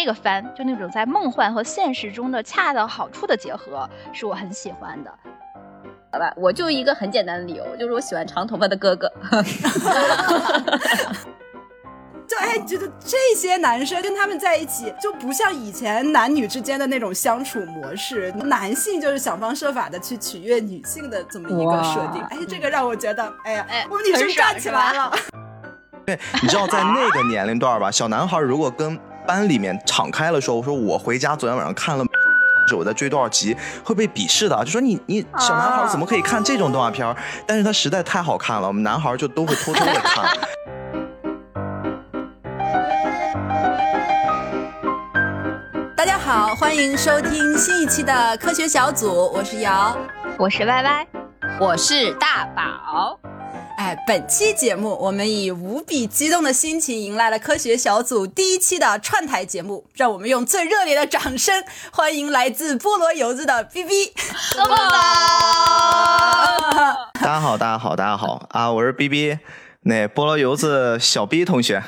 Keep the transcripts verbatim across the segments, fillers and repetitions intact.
这个番就那种在梦幻和现实中的恰到好处的结合，是我很喜欢的。 好吧，我就一个很简单的理由，就是我喜欢长头发的哥哥。 就哎，觉得这些男生跟他们在一起，就不像以前男女之间的那种相处模式，男性就是想方设法的去取悦女性的这么一个设定。哎，这个让我觉得，哎呀，哎我们女生站起来了。 对，你知道在那个年龄段吧，小男孩如果跟班里面敞开了说，我说我回家昨天晚上看了。我在追多少集会被鄙视的，就说你你小男孩怎么可以看这种动画片、啊、但是它实在太好看了，我们男孩就都会偷偷的看。 大家好，欢迎收听新一期的科学小组，我是瑶， 我是歪歪， 我是大宝。 哎，本期节目我们以无比激动的心情迎来了科学小组第一期的串台节目，让我们用最热烈的掌声欢迎来自菠萝油子的 B B。 大家好大家好大家好啊，我是 B B， 那菠萝油子小 B 同学。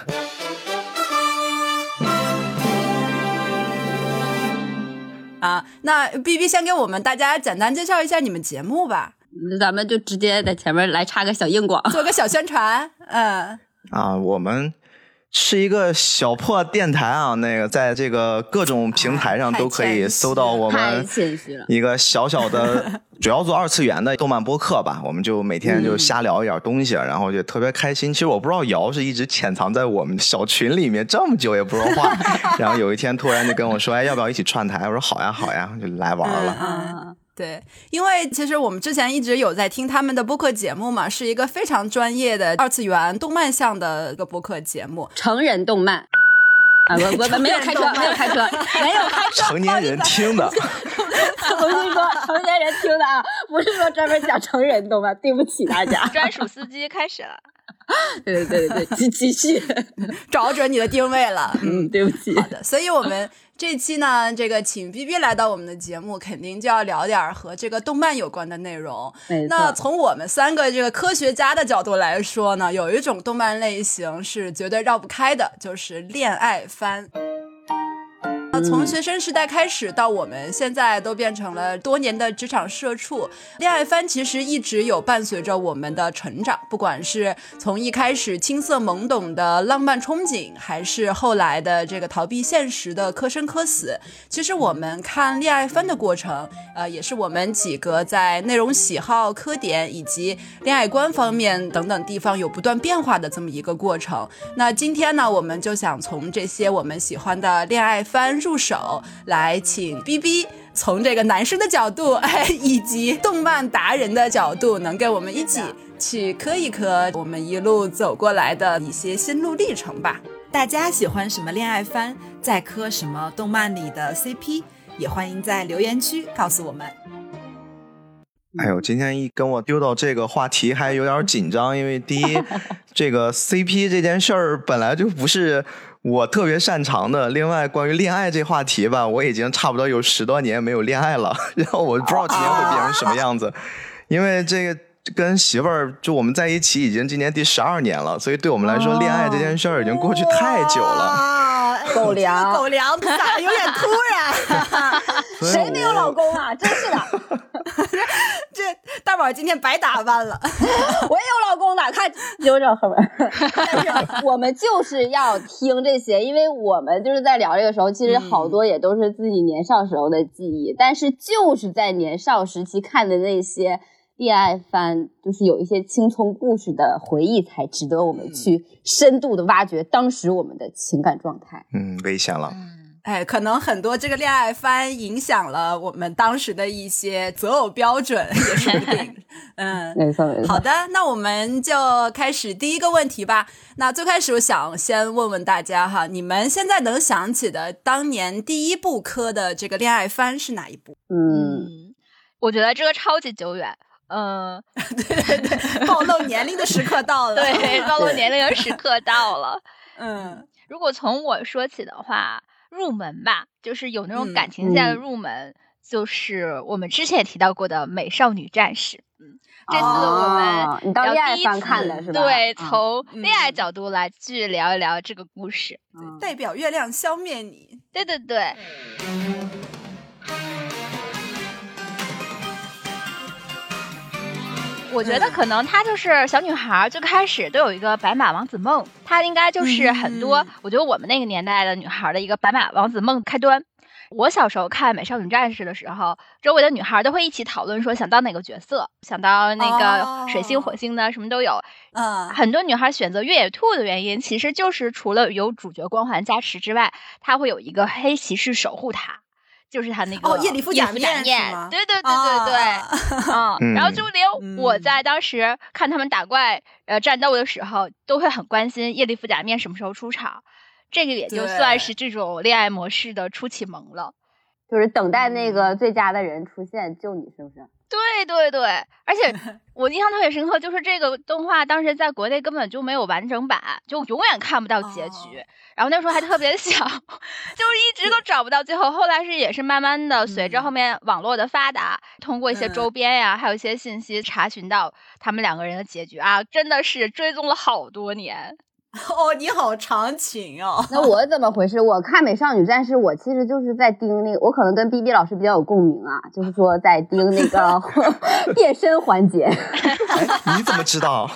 啊，那 B B 先给我们大家简单介绍一下你们节目吧。 咱们就直接在前面来插个小硬广， 做个小宣传。嗯， 啊，我们是一个小破电台啊，那个在这个各种平台上都可以搜到我们一个小小的，主要做二次元的动漫播客吧。我们就每天就瞎聊一点东西，嗯、然后就特别开心。其实我不知道瑶是一直潜藏在我们小群里面这么久也不说话，然后有一天突然就跟我说，哎，要不要一起串台？我说好呀好呀，就来玩了。 嗯嗯对，因为其实我们之前一直有在听他们的播客节目嘛，是一个非常专业的二次元动漫向的一个播客节目， 成人动漫啊，不不不，没有开车，没有开车，没有开车， 成年人听的。 重新说，成年人听的啊，不是说专门讲成人动漫，对不起大家。 专属司机开始了。 对对对对，继继续， 找准你的定位了。 嗯，对不起。 好的，所以我们这期呢，这个请 B B 来到我们的节目，肯定就要聊点和这个动漫有关的内容。那从我们三个这个科学家的角度来说呢，有一种动漫类型是绝对绕不开的，就是恋爱番。从学生时代开始到我们现在都变成了多年的职场社畜，恋爱番其实一直有伴随着我们的成长，不管是从一开始青涩懵懂的浪漫憧憬，还是后来的这个逃避现实的磕生磕死，其实我们看恋爱番的过程呃，也是我们几个在内容喜好、磕点以及恋爱观方面等等地方有不断变化的这么一个过程。那今天呢，我们就想从这些我们喜欢的恋爱番入手，来请 B B 从这个男生的角度、哎、以及动漫达人的角度，能跟我们一起去磕一磕我们一路走过来的一些心路历程吧。 大家喜欢什么恋爱番，在磕什么动漫里的 C P， 也欢迎在留言区告诉我们。 哎呦，今天一跟我丢到这个话题还有点紧张，因为第一这个 C P 这件事儿本来就不是我特别擅长的，另外关于恋爱这话题吧，我已经差不多有十多年没有恋爱了，然后我不知道今天会变成什么样子，因为这个跟媳妇儿就我们在一起已经今年第十二年了，所以对我们来说恋爱这件事儿已经过去太久了。 狗粮狗粮咋有点突然谁没有老公啊，真是的。 这大宝今天白打扮了。 我也有老公的，看有点后面。但是我们就是要听这些，因为我们就是在聊这个时候，其实好多也都是自己年少时候的记忆、嗯、但是就是在年少时期看的那些恋爱番，就是有一些青葱故事的回忆，才值得我们去深度的挖掘当时我们的情感状态。 嗯，危险了。 哎，可能很多这个恋爱番影响了我们当时的一些择偶标准，也说不定。嗯， 没错没错。 好的，那我们就开始第一个问题吧。那最开始我想先问问大家哈，你们现在能想起的当年第一部磕的这个恋爱番是哪一部？ 嗯， 我觉得这个超级久远。嗯， 对对对，暴露年龄的时刻到了。 对，暴露年龄的时刻到了。 嗯， 如果从我说起的话，入门吧，就是有那种感情线的入门、嗯、就是我们之前也提到过的美少女战士。嗯，这次我们、 哦、你当恋爱番看的是吧？ 对，从恋爱角度来去聊一聊这个故事、 嗯、代表月亮消灭你， 对对对。我觉得可能她就是小女孩最开始都有一个白马王子梦，她应该就是很多、嗯、我觉得我们那个年代的女孩的一个白马王子梦开端。我小时候看美少女战士的时候，周围的女孩都会一起讨论说想当哪个角色，想当那个水星、火星的什么都有。 嗯， 很多女孩选择越野兔的原因其实就是除了有主角光环加持之外，她会有一个黑骑士守护她，就是她那个哦，夜里服假面是吗？ 对对对对对、啊、嗯，然后就连我在当时看他们打怪呃战斗的时候都会很关心夜里服假面什么时候出场，这个也就算是这种恋爱模式的初启蒙了， 就是等待那个最佳的人出现救你，是不是？ 对对对，而且我印象特别深刻，就是这个动画当时在国内根本就没有完整版，就永远看不到结局、哦、然后那时候还特别小，就是一直都找不到最后。后来是也是慢慢的随着后面网络的发达、嗯、通过一些周边呀、嗯、还有一些信息查询到他们两个人的结局啊，真的是追踪了好多年。 哦，你好长情哦。 那我怎么回事？我看美少女战士，我其实就是在盯那个，我可能跟 B B 老师比较有共鸣啊，就是说在盯那个变身环节。 哎，你怎么知道？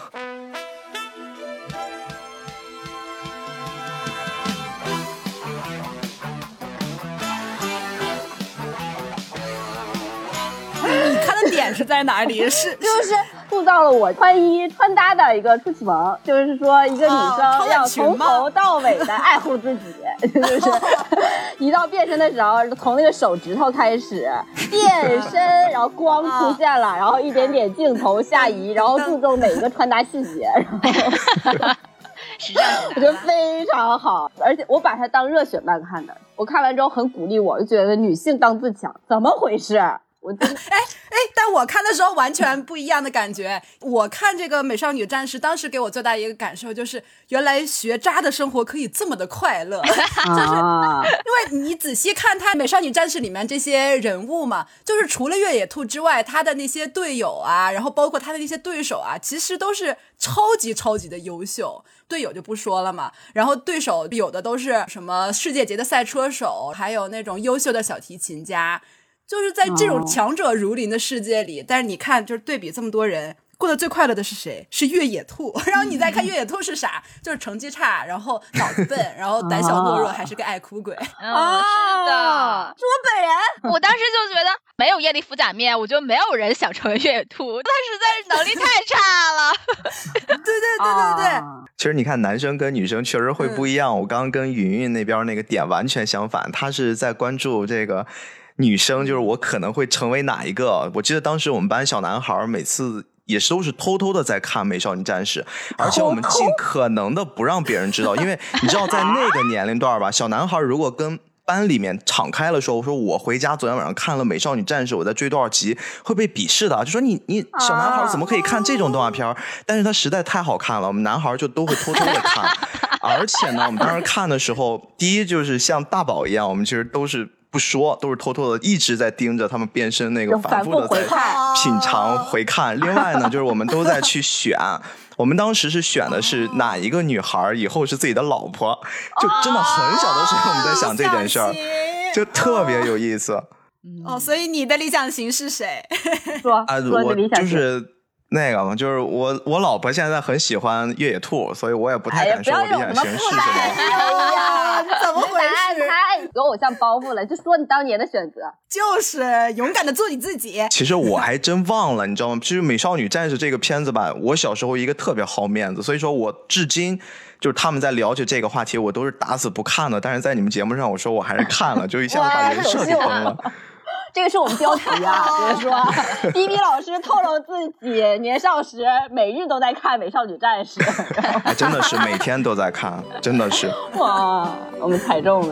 你看的点是在哪里？是就是塑造了我穿衣穿搭的一个初启蒙，就是说一个女生要从头到尾的爱护自己，就是一到变身的时候，从那个手指头开始变身，然后光出现了，然后一点点镜头下移，然后注重每一个穿搭细节，然后我觉得非常好，而且我把它当热血漫看的，我看完之后很鼓励我，就觉得女性当自强，怎么回事？我真的哎哎，但我看的时候完全不一样的感觉。我看这个美少女战士，当时给我最大的一个感受就是，原来学渣的生活可以这么的快乐。就是因为你仔细看他美少女战士里面这些人物嘛，就是除了越野兔之外，他的那些队友啊，然后包括他的那些对手啊，其实都是超级超级的优秀。队友就不说了嘛，然后对手有的都是什么世界级的赛车手，还有那种优秀的小提琴家。就是在这种强者如林的世界里、哦、但是你看就是对比这么多人，过得最快乐的是谁？是越野兔。然后你再看越野兔是啥？就是成绩差，然后脑子笨，然后胆小懦弱，还是个爱哭鬼。 啊、哦，是的， 是我本人。 我当时就觉得没有夜里服假面，我觉得没有人想成为越野兔，他实在是能力太差了。 对对对对对、啊。 其实你看男生跟女生确实会不一样、嗯、我刚刚跟云云那边那个点完全相反，他是在关注这个女生，就是我可能会成为哪一个。我记得当时我们班小男孩每次也是都是偷偷的在看美少女战士，而且我们尽可能的不让别人知道，因为你知道在那个年龄段吧，小男孩如果跟班里面敞开了说，我说我回家昨天晚上看了美少女战士，我在追多少集，会被鄙视的，就说你你小男孩怎么可以看这种动画片、啊、但是它实在太好看了，我们男孩就都会偷偷的看。而且呢我们当时看的时候，第一就是像大宝一样，我们其实都是不说，都是偷偷的一直在盯着他们变身那个反复的在品尝回看。另外呢就是我们都在去选，我们当时是选的是哪一个女孩以后是自己的老婆，就真的很小的时候我们在想这件事儿，就特别有意思。 哦，所以你的理想型是谁？ 说啊， 说我你理想型就是那个嘛，就是我我老婆现在很喜欢越野兔，所以我也不太敢说我理想型是什么。 哎呀，怎么回事？太有偶像包袱了，就说你当年的选择， 就是勇敢的做你自己。 其实我还真忘了，你知道吗？其实《美少女战士》这个片子吧，我小时候一个特别好面子，所以说我至今就是他们在了解这个话题，我都是打死不看的。但是在你们节目上，我说我还是看了，就一下子把人设给崩了。 这个是我们标题啊，比如说 B B 老师透露自己年少时每日都在看《美少女战士》 哎，真的是每天都在看，真的是。 哇，我们踩中了。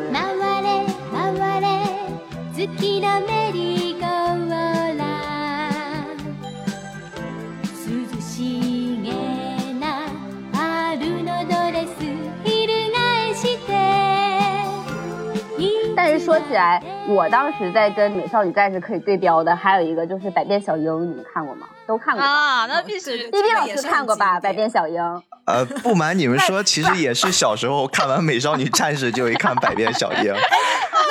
但是说起来，我当时在跟美少女战士可以对标的还有一个就是百变小樱，你们看过吗？都看过啊？那必须。 B B 老师看过吧？百变小樱。 呃，不瞒你们说，其实也是小时候看完美少女战士就一看百变小樱。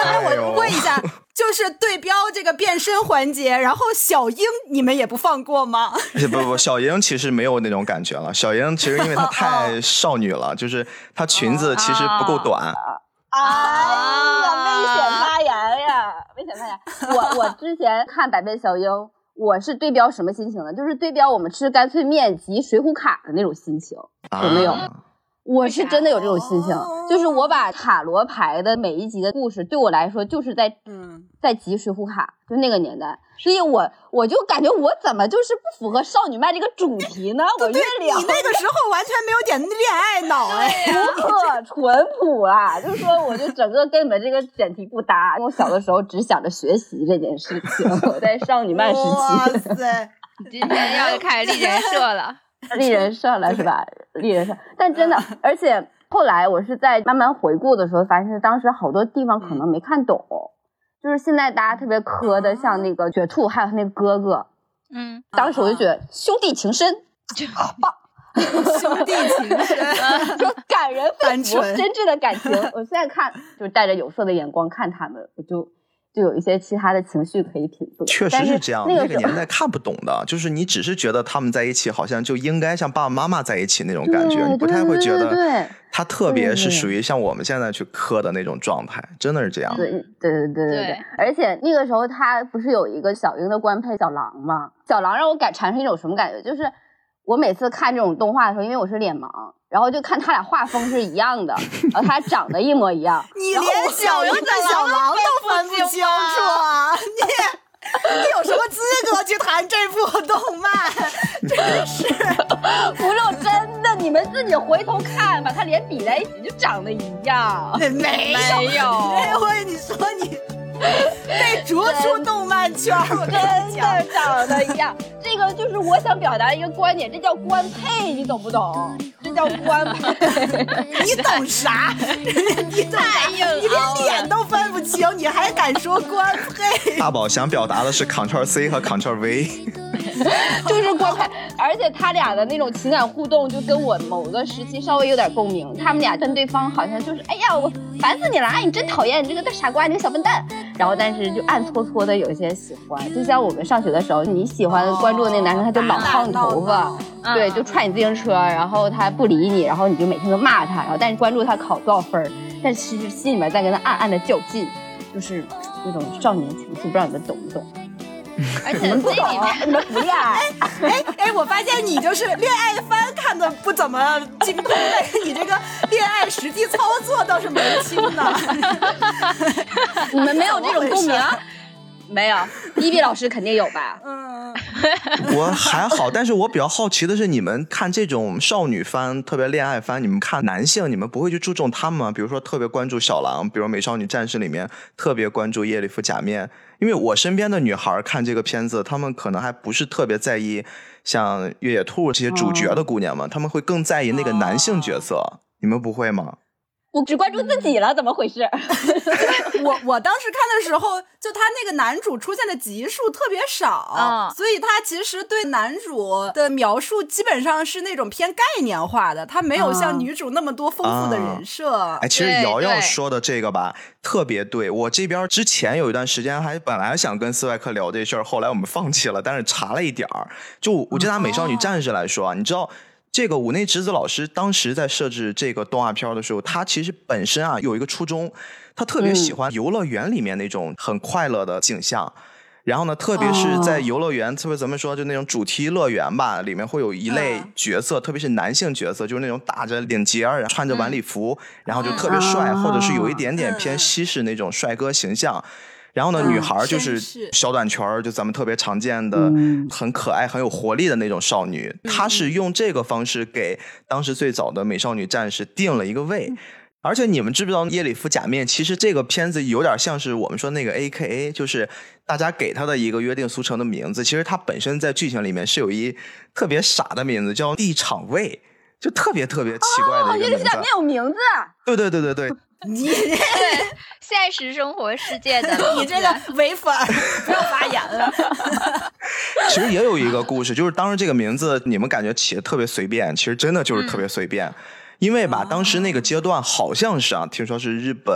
那我问一下，就是对标这个变身环节，然后小樱你们也不放过吗？ 不不，小樱其实没有那种感觉了。小樱其实因为她太少女了，就是她裙子其实不够短。 哎呀，危险发言呀，危险发言！我我之前看百变小樱，我是对标什么心情呢？就是对标我们吃干脆面及水浒卡的那种心情，有没有？啊，我是真的有这种心情，就是我把塔罗牌的每一集的故事，对我来说就是在嗯在集水浒卡，就那个年代，所以我我就感觉我怎么就是不符合少女漫这个主题呢？我越聊， 你那个时候完全没有点恋爱脑哎， 不可淳朴啊！就是说，我就整个跟你们这个选题不搭。我小的时候只想着学习这件事情，我在少女漫时期。 哇塞， 今天要开始立人设了。 立人设了是吧？立人设，但真的，而且后来我是在慢慢回顾的时候，发现当时好多地方可能没看懂，嗯、就是现在大家特别磕的，像那个雪兔，还有那个哥哥，嗯，当时我就觉得兄弟情深，好棒。 兄弟情深， 就感人肺腑，真挚的感情。我现在看，就是带着有色的眼光看他们，我就就有一些其他的情绪可以品味。 确实是这样，那个年代看不懂的，就是你只是觉得他们在一起，好像就应该像爸爸妈妈在一起那种感觉，你不太会觉得他特别是属于像我们现在去磕的那种状态，真的是这样。 对对对对对对。而且那个时候他不是有一个小樱的官配小狼吗？小狼让我感产生一种什么感觉，就是。我每次看这种动画的时候，因为我是脸盲，然后就看他俩画风是一样的，然后他长得一模一样。 你连小樱跟小狼都分不清楚啊！你你有什么资格去谈这部动漫？真是， 不是真的，你们自己回头看吧，他脸比在一起就长得一样。 没有没有，这回你说你。被逐出动漫圈，我真的长得一样。这个就是我想表达一个观点，这叫官配，你懂不懂？这叫官配。 你懂啥？你懂啥？你连脸都分不清，你还敢说官配？ 大宝想表达的是 Ctrl C 和 Ctrl V。 就是官配，而且他俩的那种情感互动就跟我某个时期稍微有点共鸣。他们俩跟对方好像就是，哎呀，我烦死你了，哎，你真讨厌，你这个大傻瓜，你个小笨蛋。然后但是就暗搓搓的有一些喜欢，就像我们上学的时候，你喜欢关注的那个男生，他就老薅你头发，对，就踹你自行车，然后他不理你，然后你就每天都骂他，然后但是关注他考多少分，但是其实心里面在跟他暗暗的较劲，就是那种少年情愫，不知道你们懂不懂？ 而且这里面你们不恋爱， 哎哎，我发现你就是恋爱番看的不怎么精通，但是你这个恋爱实际操作倒是门清呢。 你们没有这种共鸣？没有，伊比老师肯定有吧？ 嗯， 我还好，但是我比较好奇的是，你们看这种少女番，特别恋爱番，你们看男性，你们不会去注重他们吗？比如说特别关注小狼，比如美少女战士里面特别关注夜里服假面，因为我身边的女孩看这个片子，她们可能还不是特别在意像越野兔这些主角的姑娘们，她们会更在意那个男性角色，哦、你们不会吗？ 我只关注自己了，怎么回事？ 我我当时看的时候，就他那个男主出现的集数特别少，嗯、所以他其实对男主的描述基本上是那种偏概念化的，他没有像女主那么多丰富的人设。 嗯、哎，其实瑶瑶说的这个吧，特别对。我这边之前有一段时间还本来想跟斯外克聊这事儿，后来我们放弃了，但是查了一点儿。就我就拿美少女战士来说啊，哦、你知道。这个武内直子老师当时在设置这个动画片的时候，他其实本身啊有一个初衷，他特别喜欢游乐园里面那种很快乐的景象。嗯、然后呢，特别是在游乐园，特别怎么说，就那种主题乐园吧，里面会有一类角色，嗯、特别是男性角色，就是那种打着领结儿、穿着晚礼服，嗯、然后就特别帅，嗯、或者是有一点点偏西式那种帅哥形象。然后呢，女孩就是小短裙，就咱们特别常见的、嗯、很可爱很有活力的那种少女，嗯、她是用这个方式给当时最早的美少女战士定了一个位。嗯、而且你们知不知道夜里服假面其实这个片子有点像是我们说那个 A K A， 就是大家给他的一个约定俗成的名字，其实它本身在剧情里面是有一特别傻的名字叫地场卫，就特别特别奇怪的一个名字。哦，夜里服假面有名字。 对对对对对。 你对现实生活世界的你这个违粉不要发言了。 其实也有一个故事，就是当时这个名字你们感觉起的特别随便，其实真的就是特别随便。嗯、因为吧，当时那个阶段好像是啊，听说是日本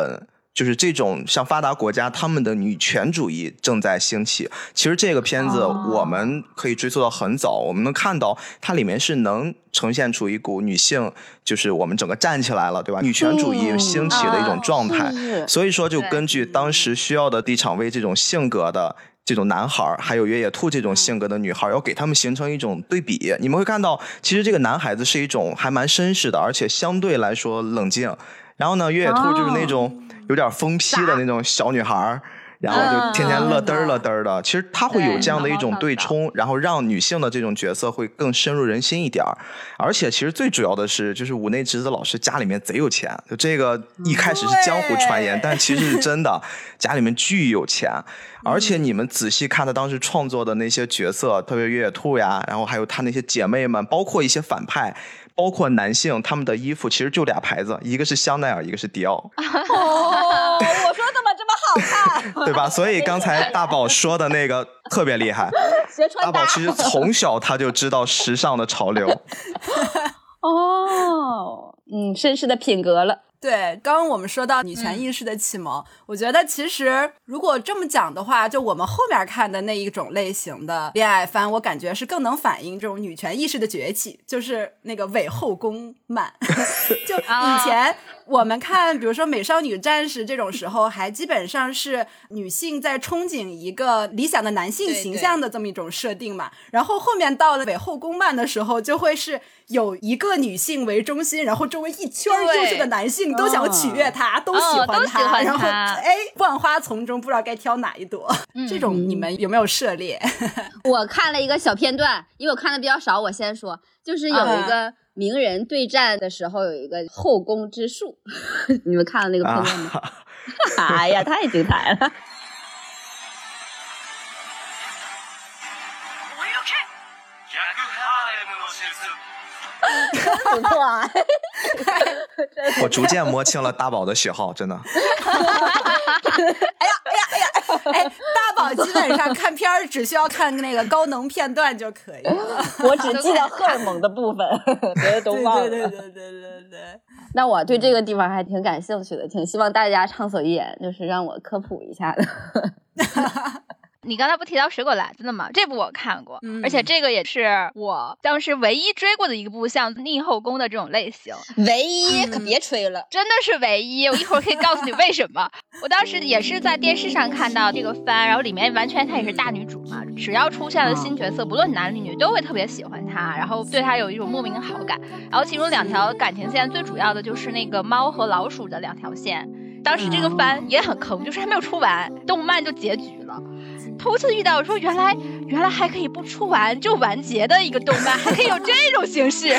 就是这种像发达国家他们的女权主义正在兴起。其实这个片子我们可以追溯到很早，我们能看到它里面是能呈现出一股女性就是我们整个站起来了，对吧？女权主义兴起的一种状态、嗯、所以说就根据当时需要的立场为这种性格的这种男孩还有越野兔这种性格的女孩要给他们形成一种对比。你们会看到其实这个男孩子是一种还蛮绅士的，而且相对来说冷静，然后呢越野兔就是那种有点疯批的那种小女孩，然后就天天乐嘚儿乐嘚儿的。其实他会有这样的一种对冲，然后让女性的这种角色会更深入人心一点。而且其实最主要的是就是五内直子老师家里面贼有钱，就这个一开始是江湖传言，但其实是真的家里面巨有钱。而且你们仔细看他当时创作的那些角色，特别越野兔呀，然后还有他那些姐妹们，包括一些反派，包括男性，他们的衣服其实就俩牌子，一个是香奈儿，一个是迪奥。 哦，我说怎么这么好看， 对吧？所以刚才大宝说的那个特别厉害，大宝其实从小他就知道时尚的潮流。 哦，嗯，绅士的品格了。 对，刚刚我们说到女权意识的启蒙、嗯、我觉得其实如果这么讲的话，就我们后面看的那一种类型的恋爱番，我感觉是更能反映这种女权意识的崛起，就是那个伪后宫漫。就以前我们看比如说美少女战士这种时候，还基本上是女性在憧憬一个理想的男性形象的这么一种设定嘛，对对，然后后面到了伪后宫漫的时候，就会是有一个女性为中心，然后周围一圈优秀的男性都想取悦她、哦、都喜欢她、哦、 都喜欢她， 然后哎，万花丛中不知道该挑哪一朵、嗯、这种你们有没有涉猎？ 我看了一个小片段，因为我看的比较少，我先说，就是有一个名人对战的时候有一个后宫之术你们看了那个片段吗？啊、哎呀太精彩了。真不错啊我逐渐摸清了大宝的喜好，真的。 哎呀哎呀哎呀哎，大宝基本上看片儿只需要看那个高能片段就可以了。 我只记得荷尔蒙的部分别的都忘了。 对对对对对对对。 那我对这个地方还挺感兴趣的，挺希望大家畅所欲言，就是让我科普一下的。 你刚才不提到水果篮子的吗？这部我看过、嗯、而且这个也是我当时唯一追过的一部像逆后宫的这种类型。 唯一、嗯、可别吹了， 真的是唯一，我一会儿可以告诉你为什么。我当时也是在电视上看到这个番，然后里面完全她也是大女主嘛，只要出现了新角色，不论男女都会特别喜欢她，然后对她有一种莫名的好感。然后其中两条感情线最主要的就是那个猫和老鼠的两条线。当时这个番也很坑，就是还没有出完动漫就结局了。头次遇到说原来原来还可以不出完就完结的一个动漫，还可以有这种形式。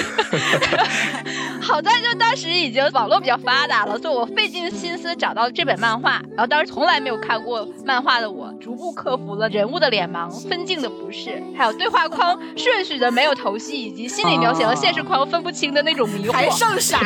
好在就当时已经网络比较发达了，所以我费尽心思找到这本漫画，然后当时从来没有看过漫画的我逐步克服了人物的脸盲、分镜的不适，还有对话框顺序的没有头绪，以及心理描写和现实框分不清的那种迷惑。 还剩啥？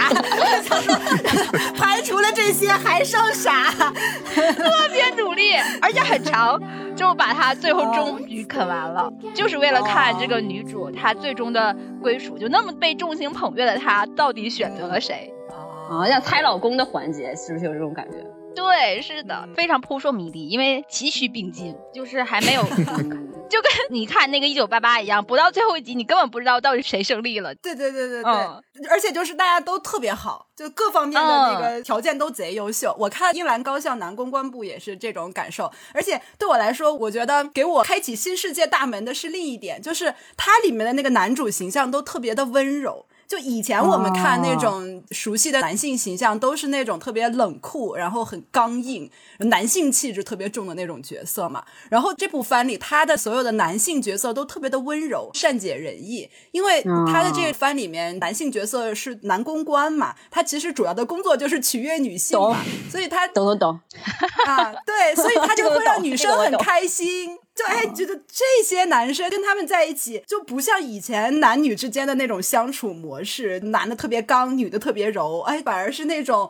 排除了这些还剩啥？ 特别努力，而且很长，就把它最后终局啃完了，就是为了看这个女主她最终的归属，就那么被众星捧月的她到底选择了谁啊？像猜老公的环节是不是有这种感觉？ 对，是的，非常扑朔迷离，因为崎岖并进，就是还没有就跟你看那个一九八八一样，不到最后一集你根本不知道到底谁胜利了。 对对对对对、嗯、而且就是大家都特别好，就各方面的那个条件都贼优秀、嗯、我看英兰高校男公关部也是这种感受。而且对我来说，我觉得给我开启新世界大门的是另一点，就是它里面的那个男主形象都特别的温柔。就以前我们看那种熟悉的男性形象都是那种特别冷酷，然后很刚硬，男性气质特别重的那种角色嘛。然后这部番里他的所有的男性角色都特别的温柔，善解人意。因为他的这个番里面男性角色是男公关嘛，他其实主要的工作就是取悦女性嘛，所以他懂懂懂啊，对，所以他就会让女生很开心。就哎，觉得这些男生跟他们在一起就不像以前男女之间的那种相处模式，男的特别刚，女的特别柔，哎，反而是那种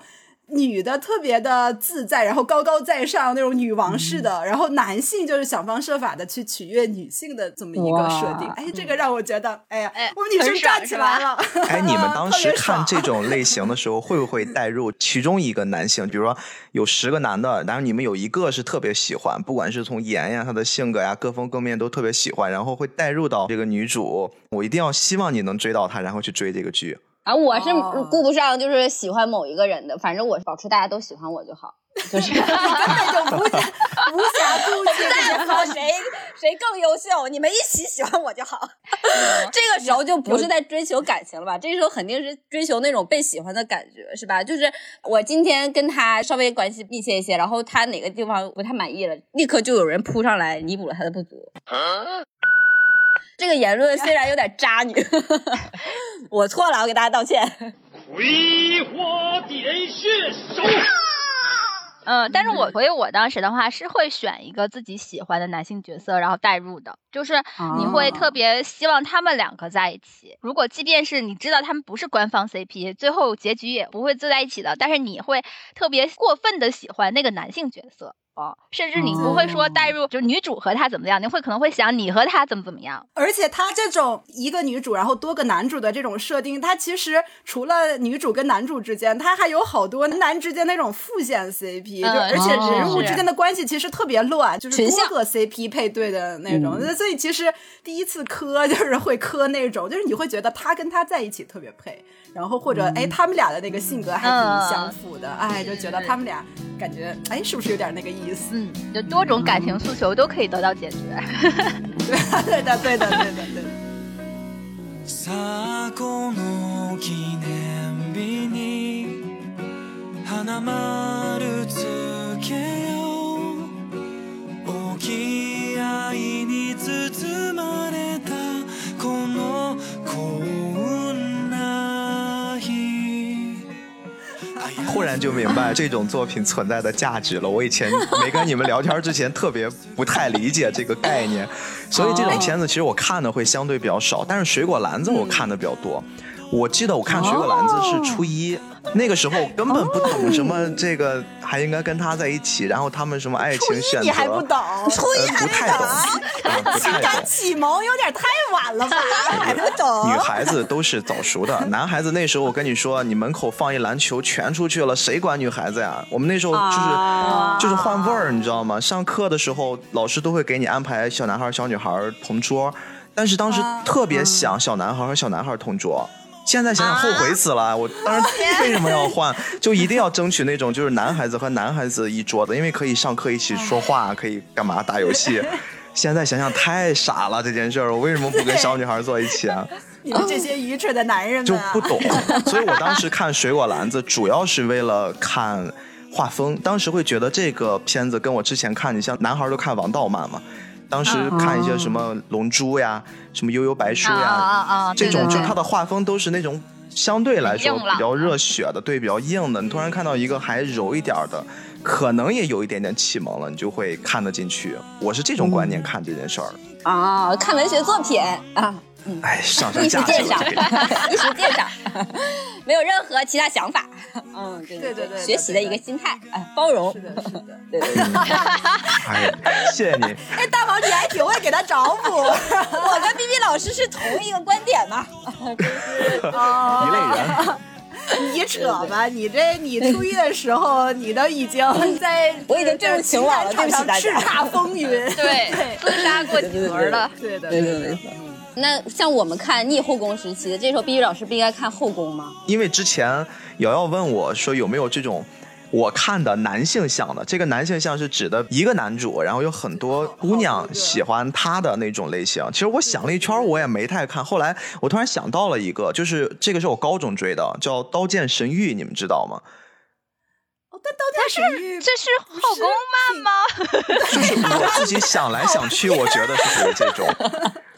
女的特别的自在，然后高高在上那种女王式的、嗯、然后男性就是想方设法的去取悦女性的这么一个设定。哎，这个让我觉得哎呀、哎、我们女生站起来了。 哎，你们当时看这种类型的时候会不会带入其中一个男性，比如说有十个男的，然后你们有一个是特别喜欢，不管是从颜呀他的性格呀各方各面都特别喜欢，然后会带入到这个女主，我一定要希望你能追到她，然后去追这个剧啊。我是顾不上就是喜欢某一个人的，反正我保持大家都喜欢我就好，就是根本就无无暇顾及在乎谁谁更优秀，你们一起喜欢我就好。这个时候就不是在追求感情了吧，这时候肯定是追求那种被喜欢的感觉，是吧？就是我今天跟他稍微关系密切一些，然后他哪个地方不太满意了，立刻就有人扑上来弥补了他的不足。这个言论虽然有点渣女我错了，我给大家道歉。 葵花点穴手。 嗯，但是我所以我当时的话是会选一个自己喜欢的男性角色然后带入的，就是你会特别希望他们两个在一起、哦、如果即便是你知道他们不是官方 C P 最后结局也不会坐在一起的，但是你会特别过分的喜欢那个男性角色哦，甚至你不会说带入、哦、就女主和他怎么样，你会可能会想你和他怎么怎么样。 而且他这种一个女主然后多个男主的这种设定，他其实除了女主跟男主之间，他还有好多男之间那种副线 C P、嗯、就而且人物之间的关系其实特别乱、哦、就是多个 C P 配对的那种、嗯、所以其实第一次磕就是会磕那种，就是你会觉得他跟他在一起特别配，然后或者哎、嗯、他们俩的那个性格还挺相符的、嗯、哎就觉得他们俩感觉哎是不是有点那个意思， 嗯，就多种感情诉求都可以得到解决。 对的对的对的对的。 さあこの記念日に花丸つけよう、沖合に包まれたこの幸運な日。 忽然就明白这种作品存在的价值了，我以前没跟你们聊天之前特别不太理解这个概念，所以这种片子其实我看的会相对比较少，但是水果篮子我看的比较多。我记得我看水果篮子是初一、哦、那个时候根本不懂什么这个还应该跟他在一起，然然后他们什么爱情选择，初一你还不懂，初一还不太懂、呃、 情感启蒙有点太晚了吧还不懂。 女孩子都是早熟的，男孩子那时候我跟你说你门口放一篮球全出去了，谁管女孩子呀？我们那时候就是、啊、就是换味儿，你知道吗？上课的时候老师都会给你安排小男孩小女孩同桌，但是当时特别想小男孩和小男孩同桌，现在想想后悔死了、啊、我当时为什么要换就一定要争取那种就是男孩子和男孩子一桌的，因为可以上课一起说话，可以干嘛打游戏。现在想想太傻了这件事儿，我为什么不跟小女孩坐一起啊？ 你们这些愚蠢的男人们、 啊、就不懂。所以我当时看水果篮子主要是为了看画风，当时会觉得这个片子跟我之前看，你像男孩都看王道漫嘛，当时看一些什么龙珠呀、什么悠悠白书呀、 啊啊、 这种，就它的画风都是那种相对来说比较热血的，对，比较硬的。你突然看到一个还柔一点的，可能也有一点点启蒙了，你就会看得进去。我是这种观念看这件事儿啊，看文学作品啊。 嗯、哎，上上价值了， 一时鉴赏，没有任何其他想法。嗯，对对对对， 学习的一个心态，哎，包容。 是的，是的， 对对对。 哎，谢谢你。 哎，大毛你还挺会给他找补。 我跟 B B 老师是同一个观点嘛， 哦， 一类人。 你扯吧，你这你初一的时候，你都已经在， 我已经进入情网了，对不起大家。 叱咤风云， 对，厮杀过几轮了， 对的，对对对。 那像我们看逆后宫时期的这时候， B B 老师不应该看后宫吗？ 因为之前瑶瑶问我说有没有这种我看的男性向的，这个男性向是指的一个男主，然后有很多姑娘喜欢他的那种类型。其实我想了一圈我也没太看，后来我突然想到了一个，就是这个是我高中追的，叫《刀剑神域》，你们知道吗？ 哦，但《刀剑神域》 这是后宫漫吗？ 就是我自己想来想去我觉得是属于这种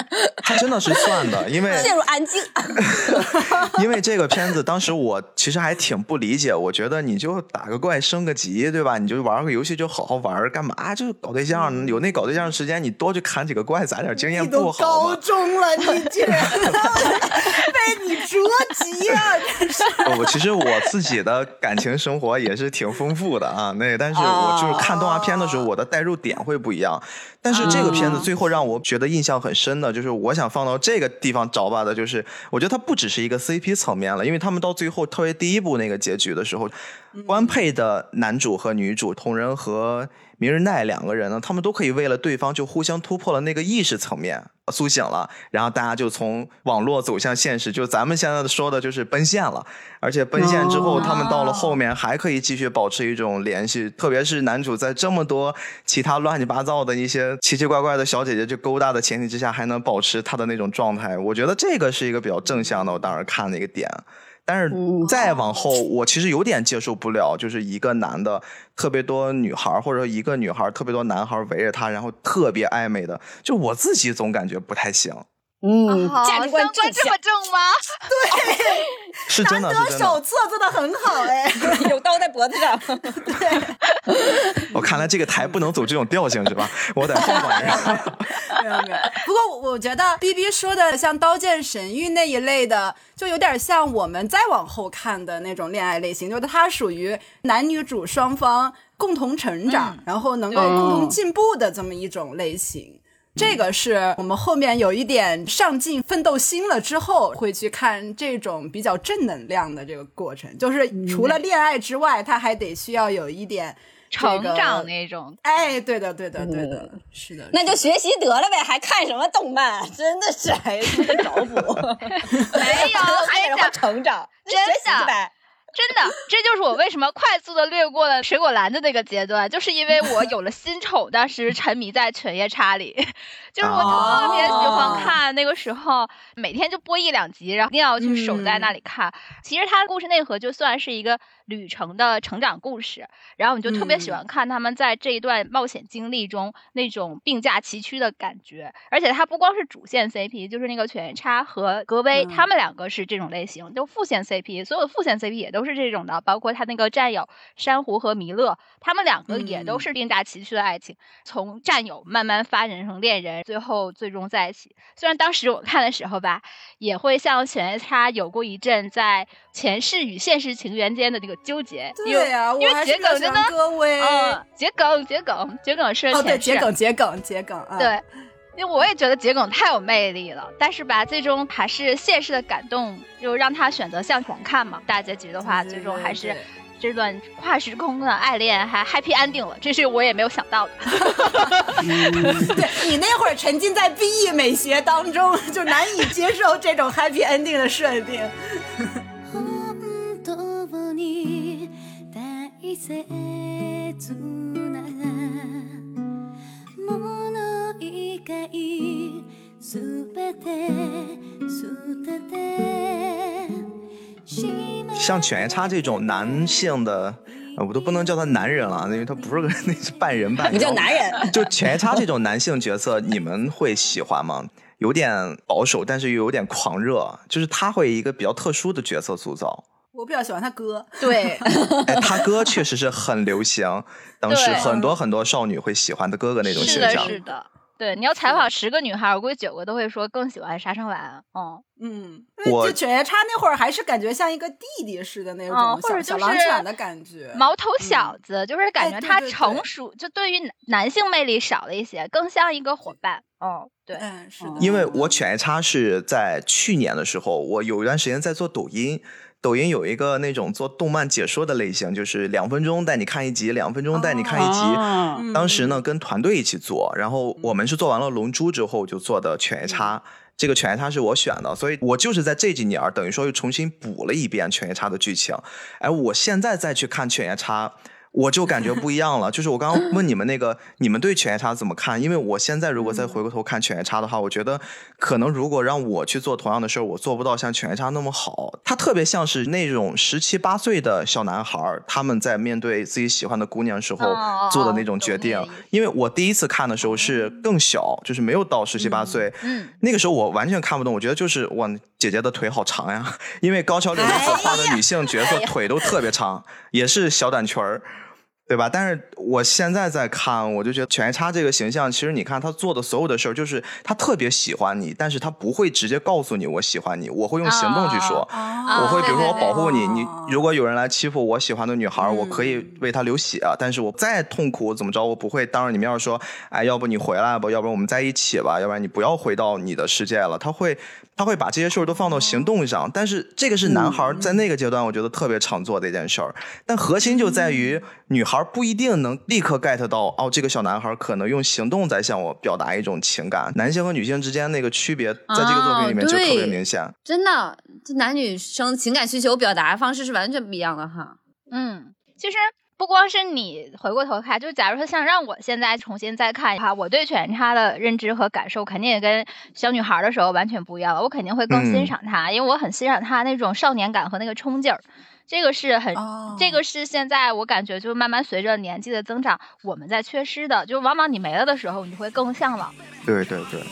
他真的是算的，因为陷入安静。 因为这个片子当时我其实还挺不理解，我觉得你就打个怪升个级，对吧？你就玩个游戏就好好玩，干嘛就搞对象？嗯、有那搞对象的时间，你多去砍几个怪，攒点经验不好吗？ 高中了，你竟然被你捉急啊！真是。 我其实我自己的感情生活也是挺丰富的啊，那但是我就是看动画片的时候，我的代入点会不一样。但是这个片子最后让我觉得印象很深的，就是我想放到这个地方找吧的，就是我觉得它不只是一个 C P 层面了，因为他们到最后特别第一部那个结局的时候，官配的男主和女主同人和明日奈两个人呢，他们都可以为了对方就互相突破了那个意识层面，苏醒了，然后大家就从网络走向现实，就咱们现在说的就是奔现了。而且奔现之后，他们到了后面还可以继续保持一种联系，特别是男主在这么多其他乱七八糟的一些奇奇怪怪的小姐姐就勾搭的前提之下，还能保持他的那种状态，我觉得这个是一个比较正向的，我当时看的一个点。但是再往后我其实有点接受不了，就是一个男的特别多女孩，或者一个女孩特别多男孩围着他，然后特别暧昧的，就我自己总感觉不太行。 嗯，价值观这么正吗？ 对， 是真的， 难得手册做的很好哎， 有刀在脖子上。对， 我看来这个台不能走这种调性是吧？我得换换人。 没有没有。不过我觉得 B B 说的像《刀剑神域》那一类的，就有点像我们再往后看的那种恋爱类型，就是它属于男女主双方共同成长，嗯、然后能够共同进步的这么一种类型。这个是我们后面有一点上进奋斗心了之后会去看这种比较正能量的这个过程，就是除了恋爱之外，它还得需要有一点、这个、 成长那种。 哎，对的对的对的、嗯、是的， 那就学习得了呗，还看什么动漫？真的是还是个找补。 没有， 还得让成长， 真的呗。真的，这就是我为什么快速的略过了水果篮的那个阶段，就是因为我有了新宠，当时沉迷在犬夜叉里，就是我特别喜欢看，那个时候每天就播一两集，然后一定要去守在那里看。嗯、其实它的故事内核就算是一个旅程的成长故事，然后你就特别喜欢看他们在这一段冒险经历中那种并驾齐驱的感觉。而且它不光是主线 C P， 就是那个犬夜叉和格威、嗯、他们两个是这种类型，就副线 C P， 所有的副线 C P 也都是这种的，包括他那个战友珊瑚和弥勒，他们两个也都是并驾齐驱的爱情、嗯、从战友慢慢发展成恋人，最后最终在一起。虽然当时我看的时候吧，也会像犬夜叉有过一阵在前世与现实情缘间的这个纠结。 对呀、啊， 因为桔梗真的各位， 嗯，桔梗桔梗桔梗是哦，对，桔梗桔梗桔梗，嗯、 对。因为我也觉得桔梗太有魅力了，但是吧，最终还是现实的感动，就让他选择向前看嘛。大结局的话，最终还是这段跨时空的爱恋还 happy ending 了，这是我也没有想到的。 对，你那会儿沉浸在 B E 美学当中，就难以接受这种 happy ending 的设定。 像犬夜叉这种男性的，我都不能叫他男人了，因为他不是个那是半人半妖， 不叫男人。 就犬夜叉这种男性角色，你们会喜欢吗？有点保守，但是又有点狂热，就是他会一个比较特殊的角色塑造。 我比较喜欢他哥， 对， 哎，他哥确实是很流行，当时很多很多少女会喜欢的哥哥那种形象。 是的，是的。对，你要采访十个女孩，我估计九个都会说更喜欢沙生丸。 嗯嗯，我犬夜叉那会儿还是感觉像一个弟弟似的那种小、嗯、 或者小狼犬的感觉， 毛头小子、嗯、就是感觉他成熟， 哎、对对对就对于男性魅力少了一些，更像一个伙伴。哦，对， 嗯，是的。 因为我犬夜叉是在去年的时候，我有一段时间在做抖音。抖音有一个那种做动漫解说的类型，就是两分钟带你看一集，两分钟带你看一集。哦、当时呢跟团队一起做，然后我们是做完了龙珠之后就做的犬夜叉。嗯、这个犬夜叉是我选的，所以我就是在这几年等于说又重新补了一遍犬夜叉的剧情。哎，我现在再去看犬夜叉， 我就感觉不一样了。就是我刚刚问你们那个，你们对犬夜叉怎么看？因为我现在如果再回过头看犬夜叉的话，我觉得可能如果让我去做同样的事儿，我做不到像犬夜叉那么好。他特别像是那种十七八岁的小男孩，他们在面对自己喜欢的姑娘时候做的那种决定。哦哦哦，因为我第一次看的时候是更小，就是没有到十七八岁，嗯，那个时候我完全看不懂，我觉得就是哇，姐姐的腿好长呀，因为高桥留美子画的女性角色腿都特别长，也是小短裙儿。对吧？但是我现在在看，我就觉得犬夜叉这个形象，其实你看他做的所有的事儿，就是他特别喜欢你，但是他不会直接告诉你我喜欢你，我会用行动去说，哦、我会比如说我保护你，哦、你如果有人来欺负我喜欢的女孩，嗯、我可以为他流血，但是我再痛苦怎么着，我不会当着你面说，哎，要不你回来吧，要不然我们在一起吧，要不然你不要回到你的世界了。他会他会把这些事儿都放到行动上，哦、但是这个是男孩在那个阶段，我觉得特别常做的一件事儿，但核心就在于女孩不一定能立刻 get 到哦，这个小男孩可能用行动在向我表达一种情感。男性和女性之间那个区别，在这个作品里面就特别明显。 哦、真的，这男女生情感需求表达方式是完全不一样的哈。 嗯，其实不光是你回过头看，就假如说像让我现在重新再看哈，我对犬夜叉的认知和感受肯定也跟小女孩的时候完全不一样了。我肯定会更欣赏他，嗯、因为我很欣赏他那种少年感和那个冲劲儿。这个是很，哦、这个是现在我感觉就慢慢随着年纪的增长，我们在缺失的，就往往你没了的时候，你会更向往。 对对对。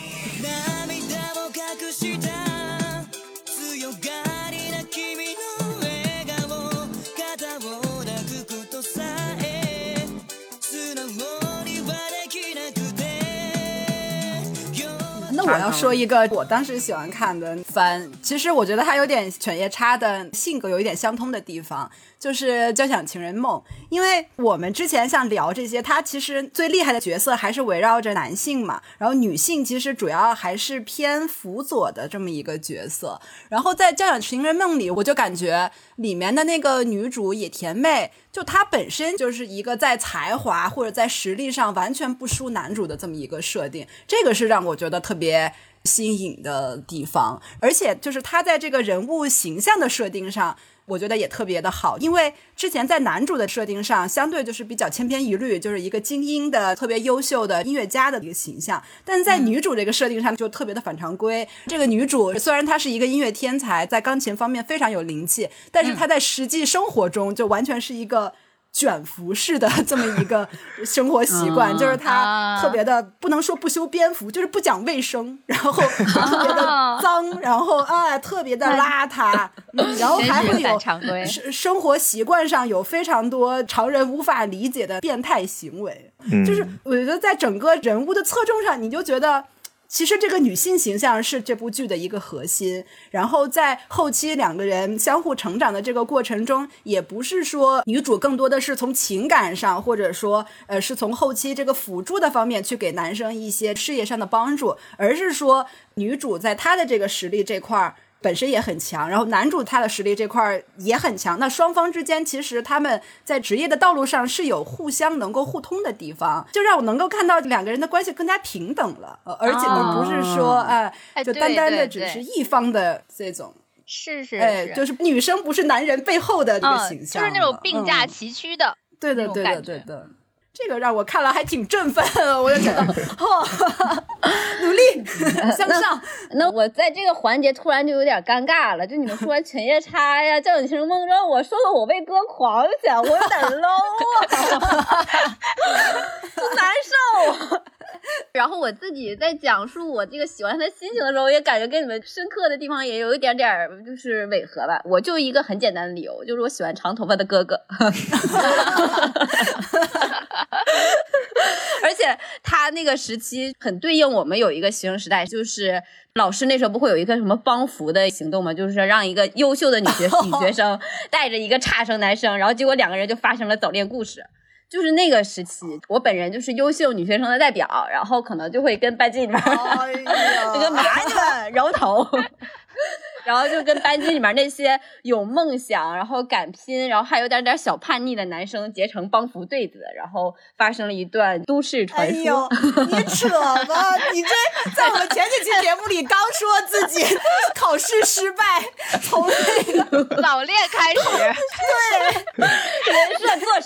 那我要说一个我当时喜欢看的番，其实我觉得它有点犬夜叉的性格有一点相通的地方，就是《交响情人梦》。因为我们之前像聊这些，它其实最厉害的角色还是围绕着男性嘛，然后女性其实主要还是偏辅佐的这么一个角色。然后在《交响情人梦》里，我就感觉里面的那个女主野田妹，就她本身就是一个在才华或者在实力上完全不输男主的这么一个设定，这个是让我觉得特别新颖的地方。而且就是她在这个人物形象的设定上，我觉得也特别的好，因为之前在男主的设定上相对就是比较千篇一律，就是一个精英的特别优秀的音乐家的一个形象，但是在女主这个设定上就特别的反常规。嗯、这个女主虽然她是一个音乐天才，在钢琴方面非常有灵气，但是她在实际生活中就完全是一个卷福式的这么一个生活习惯，嗯、就是他特别的不能说不修边幅，就是不讲卫生，然后特别的脏，然后啊特别的邋遢，嗯、然后还会有生活习惯上有非常多常人无法理解的变态行为，嗯、就是我觉得在整个人物的侧重上，你就觉得其实这个女性形象是这部剧的一个核心，然后在后期两个人相互成长的这个过程中，也不是说女主更多的是从情感上，或者说呃是从后期这个辅助的方面去给男生一些事业上的帮助，而是说女主在她的这个实力这块本身也很强，然后男主他的实力这块也很强，那双方之间其实他们在职业的道路上是有互相能够互通的地方，就让我能够看到两个人的关系更加平等了，呃、而且呢不是说哎、呃，就单单的只是一方的这种。 是是是、 哎，就是女生不是男人背后的这个形象、 嗯、就是那种并驾齐驱的、嗯、 对的对的对的，这个让我看了还挺振奋，我就觉得哦，努力向上。 那我在这个环节突然就有点尴尬了，就你们说完犬夜叉呀、交响情人梦，让我说的我为歌狂想，我有点 low 啊，难受。然后我自己在讲述我这个喜欢他的心情的时候，也感觉跟你们深刻的地方也有一点点就是违和吧。我就一个很简单的理由，就是我喜欢长头发的哥哥。而且他那个时期很对应我们有一个学生时代，就是老师那时候不会有一个什么帮扶的行动吗？就是让一个优秀的女学女学生带着一个差生男生，然后结果两个人就发生了早恋故事。就是那个时期，我本人就是优秀女学生的代表，然后可能就会跟班级里面这个麻子们摇头，然后就跟班级里面那些有梦想，然后敢拼，然后还有点点小叛逆的男生结成帮扶对子，然后发生了一段都市传说。哎呦， 你扯吧！你这在我们前几期节目里刚说自己考试失败，从那个早恋开始， 对，人设做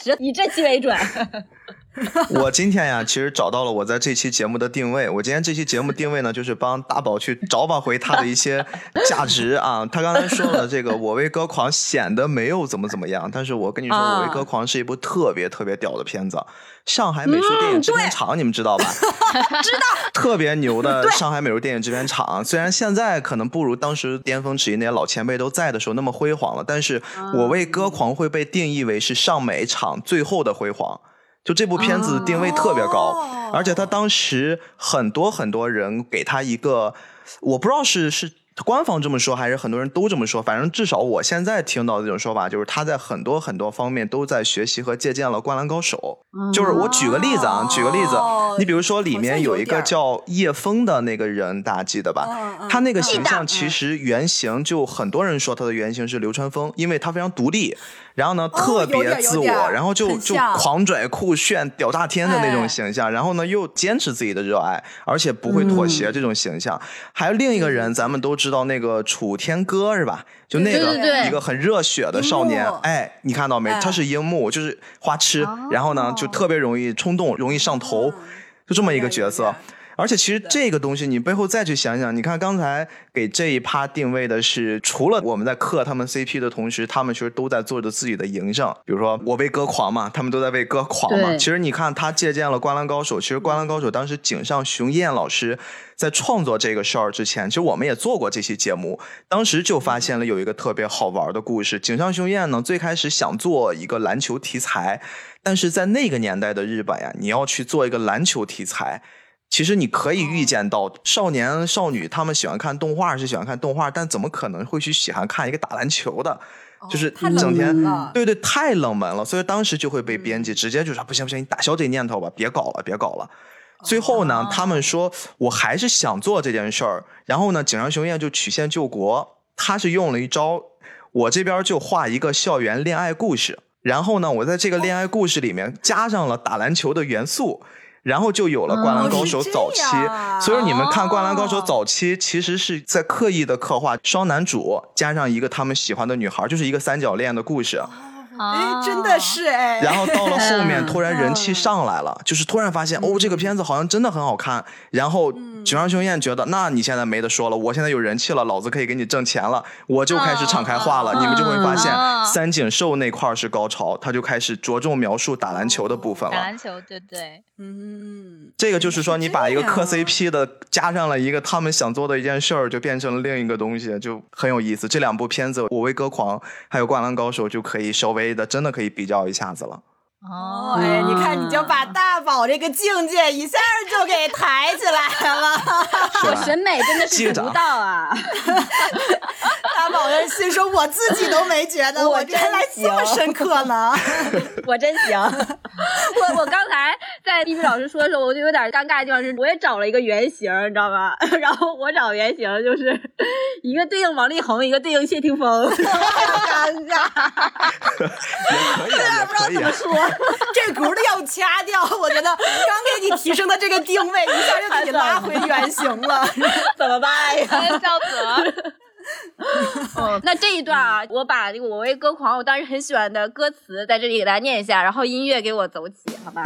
实，以这期为准。 我今天呀，其实找到了我在这期节目的定位。我今天这期节目定位呢，就是帮大宝去找找回他的一些价值啊。他刚才说了，这个《我为歌狂》显得没有怎么怎么样，但是我跟你说，啊《我为歌狂》是一部特别特别屌的片子。上海美术电影制片厂、嗯、你们知道吧？ 知道， 特别牛的上海美术电影制片厂。虽然现在可能不如当时巅峰时期那些老前辈都在的时候那么辉煌了，但是《我为歌狂》会被定义为是上美厂最后的辉煌。就这部片子定位特别高，哦、而且他当时很多很多人给他一个，我不知道是是官方这么说还是很多人都这么说，反正至少我现在听到的这种说法就是他在很多很多方面都在学习和借鉴了《灌篮高手》。嗯、就是我举个例子啊，举个例子，你比如说里面有一个叫叶枫的那个人，大家记得吧？嗯、他那个形象其实原型就很多人说他的原型是流川枫，因为他非常独立。然后呢，特别自我， 哦、 然后就就狂拽酷炫屌炸天的那种形象，哎、然后呢又坚持自己的热爱，而且不会妥协这种形象。嗯、还有另一个人，咱们都知道那个楚天歌是吧？就那个一个很热血的少年，哎，你看到没？他是樱木，就是花痴，哦、然后呢就特别容易冲动，容易上头，嗯、就这么一个角色。而且其实这个东西你背后再去想想，你看刚才给这一趴定位的是除了我们在嗑他们 C P 的同时，他们其实都在做着自己的营生，比如说我为歌狂嘛，他们都在为歌狂嘛。其实你看他借鉴了灌篮高手，其实灌篮高手当时井上雄彦老师在创作这个事儿之前，其实我们也做过这期节目，当时就发现了有一个特别好玩的故事。井上雄彦呢最开始想做一个篮球题材，但是在那个年代的日本呀，你要去做一个篮球题材，其实你可以预见到少年少女他们喜欢看动画是喜欢看动画，但怎么可能会去喜欢看一个打篮球的，就是整天、哦、对对太冷门了，所以当时就会被编辑直接就说不行不行，你打消这念头吧，别搞了别搞了。最后呢、哦、他们说我还是想做这件事儿，然后呢井上雄彦就曲线救国，他是用了一招，我这边就画一个校园恋爱故事，然后呢我在这个恋爱故事里面加上了打篮球的元素，然后就有了灌篮高手早期、哦、所以你们看灌篮高手早期其实是在刻意的刻画双男主加上一个他们喜欢的女孩，就是一个三角恋的故事。 哎，真的是哎。 然后到了后面突然人气上来了，就是突然发现哦这个片子好像真的很好看，然后井上雄彦觉得那你现在没得说了，我现在有人气了，老子可以给你挣钱了，我就开始敞开话了。你们就会发现三井寿那块是高潮，他就开始着重描述打篮球的部分了。 打篮球对对， 嗯， 这个就是说你把一个磕 C P 的加上了一个他们想做的一件事儿，就变成了另一个东西，就很有意思。这两部片子《我为歌狂》还有《灌篮高手》就可以稍微的真的可以比较一下子了。 哦，哎，你看你就把大宝这个境界一下就给抬起来了， 我审美真的是独到啊！ 大宝的心说我自己都没觉得，我原来这么深刻呢， 我真行。我我刚才在B B老师说的时候，我就有点尴尬的地方是，我也找了一个原型，你知道吗？然后我找原型就是一个对应王力宏，一个对应谢霆锋，尴尬。 也可以，也可以。 怎么说？ 这轱辘要掐掉，我觉得刚给你提升的这个定位，一下就给你拉回原形了， 怎么办呀？ 笑死了。 嗯，那这一段啊，我把那个我为歌狂我当时很喜欢的歌词在这里给大家念一下，然后音乐给我走起，好吧？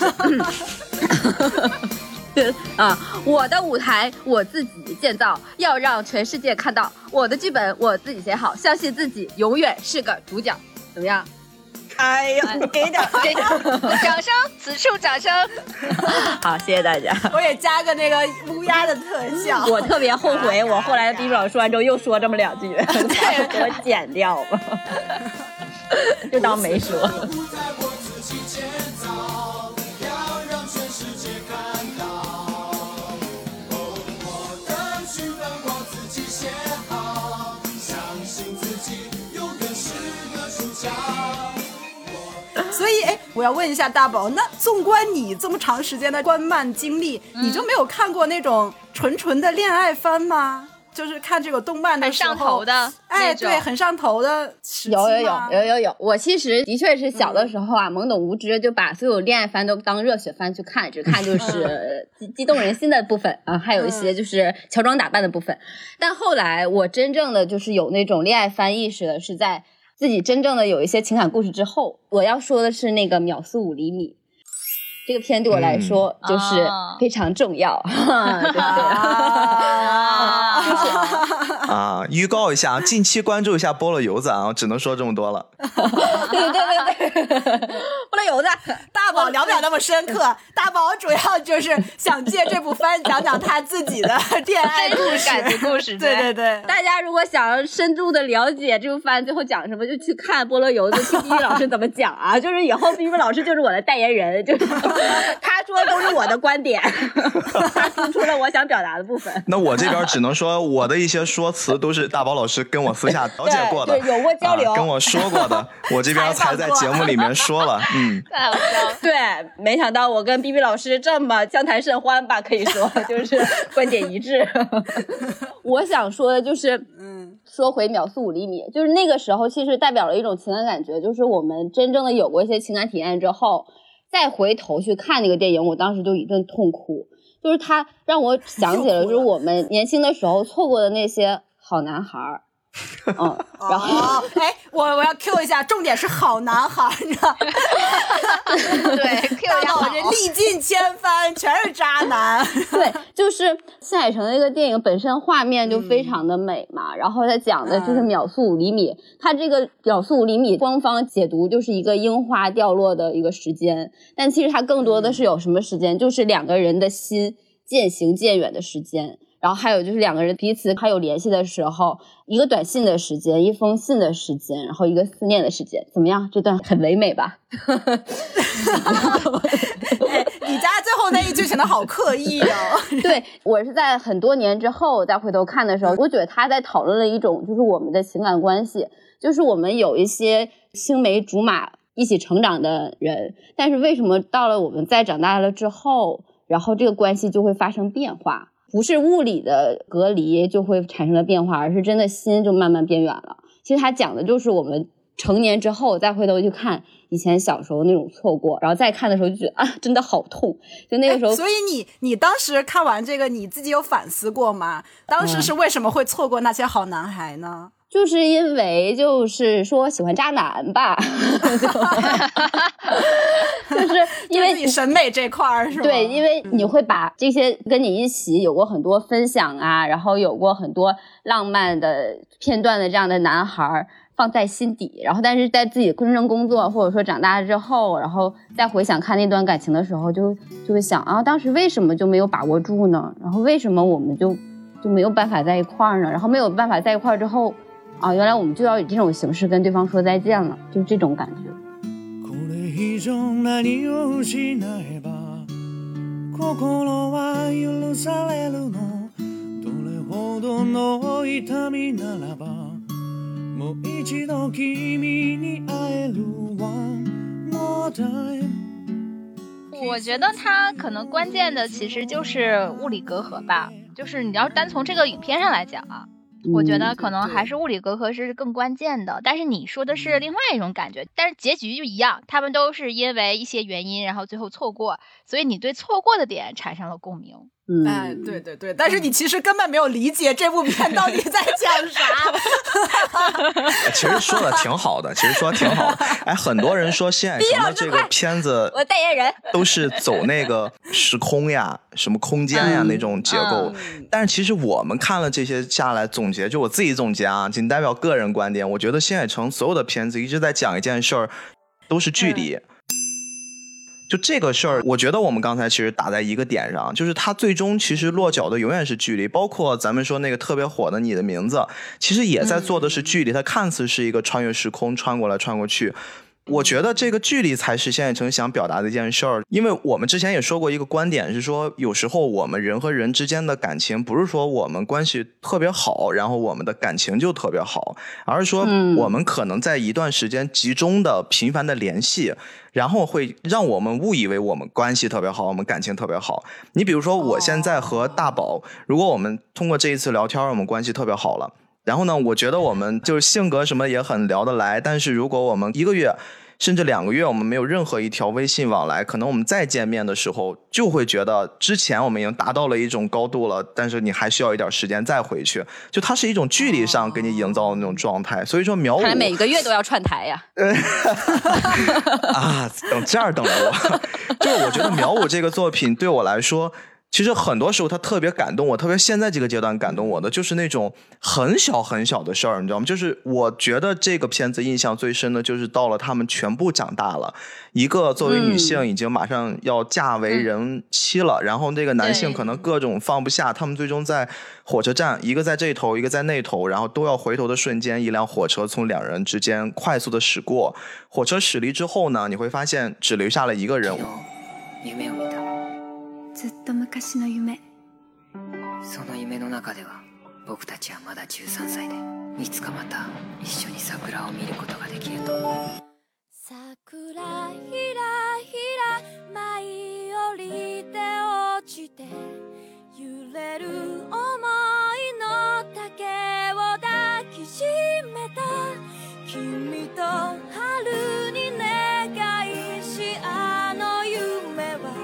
啊，我的舞台我自己建造，要让全世界看到我的剧本我自己写好，相信自己永远是个主角，怎么样？ 哎呀，给点给点掌声，此处掌声。 好，谢谢大家。 我也加个那个乌鸦的特效。 我特别后悔，我后来 B B 老师说完之后又说这么两句，对，给我剪掉吧，就当没说。 所以，哎，我要问一下大宝，那纵观你这么长时间的观漫经历，嗯、你就没有看过那种纯纯的恋爱番吗？就是看这个动漫的时候， 很上头的， 哎，对，很上头的时期吗？ 有有有有有有，我其实的确是小的时候啊，嗯、懵懂无知，就把所有恋爱番都当热血番去看，只看就是激激动人心的部分啊，还有一些就是乔装打扮的部分。但后来我真正的就是有那种恋爱番意识的，是在自己真正的有一些情感故事之后，我要说的是那个秒速五厘米。这个片对我来说就是非常重要，嗯、对不对？ 啊，就是啊，预告一下，近期关注一下菠萝油子啊，只能说这么多了。 对对对对，菠萝油子， 大宝聊不了那么深刻，大宝主要就是想借这部番讲讲他自己的恋爱故事、 感情故事。 对对对， 大家如果想深度的了解这部番最后讲什么，就去看菠萝油子听 B B 老师怎么讲啊，就是以后 B B 老师就是我的代言人，就是。他说的都是我的观点，他输出了我想表达的部分。 那我这边只能说，我的一些说辞都是大宝老师跟我私下了解过的， 对，对有过交流、 啊，跟我说过的，我这边才在节目里面说了。嗯， 太好笑了。 对，没想到我跟 B B 老师这么相谈甚欢吧，可以说就是观点一致。我想说的就是，嗯，说回秒速五厘米，就是那个时候其实代表了一种情感感觉，就是我们真正的有过一些情感体验之后。再回头去看那个电影，我当时就一顿痛哭，就是它让我想起了就是我们年轻的时候错过的那些好男孩儿。嗯，然后哎、哦，我我要 Q 一下，重点是好男孩，你知道？ 对 ，Q 一下好， 这历尽千帆，全是渣男。 对，就是新海诚那个电影本身画面就非常的美嘛，嗯、然后他讲的就是秒速五厘米，嗯、他这个秒速五厘米，官方解读就是一个樱花掉落的一个时间，但其实它更多的是有什么时间，就是两个人的心渐行渐远的时间。然后还有就是两个人彼此还有联系的时候，一个短信的时间，一封信的时间，然后一个思念的时间，怎么样？这段很唯美吧？ 哎，你家最后那一句显得好刻意哦。 对，我是在很多年之后再回头看的时候，我觉得他在讨论了一种就是我们的情感关系，就是我们有一些青梅竹马一起成长的人，但是为什么到了我们再长大了之后，然后这个关系就会发生变化？不是物理的隔离就会产生了变化，而是真的心就慢慢变远了。其实他讲的就是我们成年之后再回头去看以前小时候那种错过，然后再看的时候就觉得啊，真的好痛。就那个时候， 所以你你当时看完这个，你自己有反思过吗？当时是为什么会错过那些好男孩呢？ 嗯就是因为就是说喜欢渣男吧，就是因为你审美这块儿是吧？ 对，因为你会把这些跟你一起有过很多分享啊，然后有过很多浪漫的片段的这样的男孩放在心底，然后但是在自己真正工作或者说长大之后，然后再回想看那段感情的时候，就就会想啊，当时为什么就没有把握住呢？然后为什么我们就就没有办法在一块儿呢？然后没有办法在一块儿之后。啊，原来我们就要以这种形式跟对方说再见了，就这种感觉。 我觉得它可能关键的其实就是物理隔阂吧，就是你要单从这个影片上来讲啊。我觉得可能还是物理隔阂是更关键的，但是你说的是另外一种感觉，但是结局就一样，他们都是因为一些原因然后最后错过，所以你对错过的点产生了共鸣。 嗯，哎，对对对，但是你其实根本没有理解这部片到底在讲啥。 其实说的挺好的，其实说的挺好的。哎，很多人说新海诚的这个片子， 我代言人都是走那个时空呀、什么空间呀、嗯、那种结构、嗯，但是其实我们看了这些下来总结，就我自己总结啊，仅代表个人观点，我觉得新海诚所有的片子一直在讲一件事儿，都是距离。嗯，就这个事儿，我觉得我们刚才其实打在一个点上，就是它最终其实落脚的永远是距离，包括咱们说那个特别火的你的名字，其实也在做的是距离，它看似是一个穿越时空，穿过来穿过去。我觉得这个距离才是新海诚想表达的一件事儿，因为我们之前也说过一个观点，是说有时候我们人和人之间的感情不是说我们关系特别好，然后我们的感情就特别好，而是说我们可能在一段时间集中的频繁的联系，然后会让我们误以为我们关系特别好，我们感情特别好。你比如说我现在和大宝，如果我们通过这一次聊天我们关系特别好了，然后呢我觉得我们就是性格什么也很聊得来，但是如果我们一个月甚至两个月我们没有任何一条微信往来，可能我们再见面的时候就会觉得之前我们已经达到了一种高度了，但是你还需要一点时间再回去，就它是一种距离上给你营造的那种状态。所以说苗五看来每个月都要串台呀啊，等这儿等着我就是我觉得苗五这个作品对我来说其实很多时候他特别感动我，特别现在这个阶段感动我的就是那种很小很小的事儿，你知道吗？就是我觉得这个片子印象最深的就是到了他们全部长大了，一个作为女性已经马上要嫁为人妻了、嗯、然后这个男性可能各种放不下，他们最终在火车站，一个在这头一个在那头，然后都要回头的瞬间，一辆火车从两人之间快速的驶过，火车驶离之后呢，你会发现只留下了一个人。 ずっと昔の夢、その夢の中では僕たちはまだじゅうさんさいでいつかまた一緒に桜を見ることができると思う。桜ひらひら舞い降りて落ちて揺れる想いの竹を抱きしめた君と春に願いしあの夢は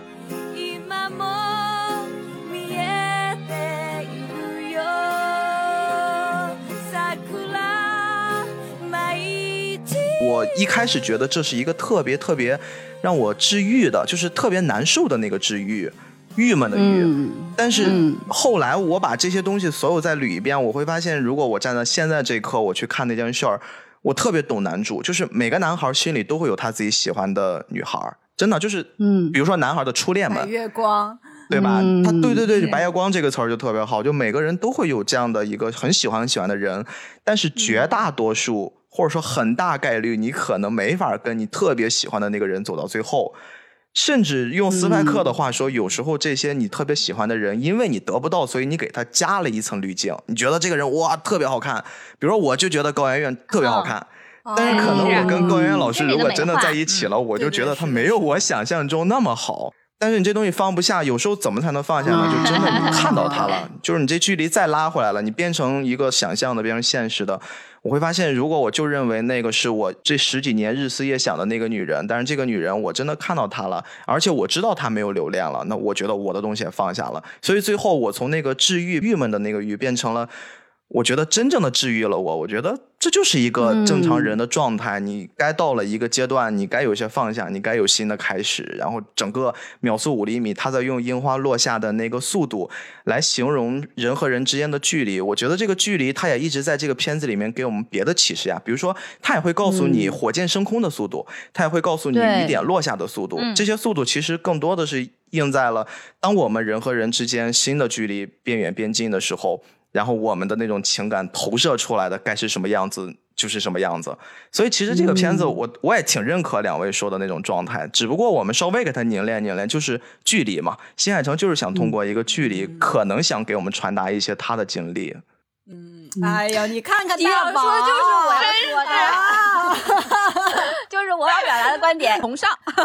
我一开始觉得这是一个特别特别让我治愈的，就是特别难受的那个治愈，郁闷的郁、嗯、但是后来我把这些东西所有再捋一遍，我会发现如果我站在现在这一刻我去看那件事儿，我特别懂男主，就是每个男孩心里都会有他自己喜欢的女孩，真的就是，嗯，比如说男孩的初恋们， 白月光， 对吧？ 嗯、 他对对对，白月光这个词儿就特别好，就每个人都会有这样的一个很喜欢很喜欢的人，但是绝大多数、嗯、或者说很大概率，你可能没法跟你特别喜欢的那个人走到最后。甚至用斯派克的话说、嗯、有时候这些你特别喜欢的人，因为你得不到，所以你给他加了一层滤镜，你觉得这个人哇特别好看，比如说我就觉得高圆圆特别好看、哦、但是可能我跟高圆圆老师如果真的在一起了、嗯、我就觉得他没有我想象中那么好。但是你这东西放不下，有时候怎么才能放下呢？就真的你看到它了，就是你这距离再拉回来了，你变成一个想象的，变成现实的，我会发现如果我就认为那个是我这十几年日思夜想的那个女人，但是这个女人我真的看到她了，而且我知道她没有留恋了，那我觉得我的东西也放下了。所以最后我从那个治愈郁闷的那个郁变成了我觉得真正的治愈了我，我觉得这就是一个正常人的状态、嗯、你该到了一个阶段，你该有些放下，你该有新的开始。然后整个秒速五厘米，他在用樱花落下的那个速度来形容人和人之间的距离，我觉得这个距离他也一直在这个片子里面给我们别的启示呀，比如说他也会告诉你火箭升空的速度、嗯、他也会告诉你雨点落下的速度，这些速度其实更多的是映在了当我们人和人之间新的距离变远变近的时候，然后我们的那种情感投射出来的该是什么样子就是什么样子。所以其实这个片子我、嗯、我也挺认可两位说的那种状态，只不过我们稍微给它凝练凝练，就是距离嘛，新海诚就是想通过一个距离、嗯、可能想给我们传达一些他的经历。 嗯，哎呀你看看大宝说的就是我要说的就是我要表达的观点，同上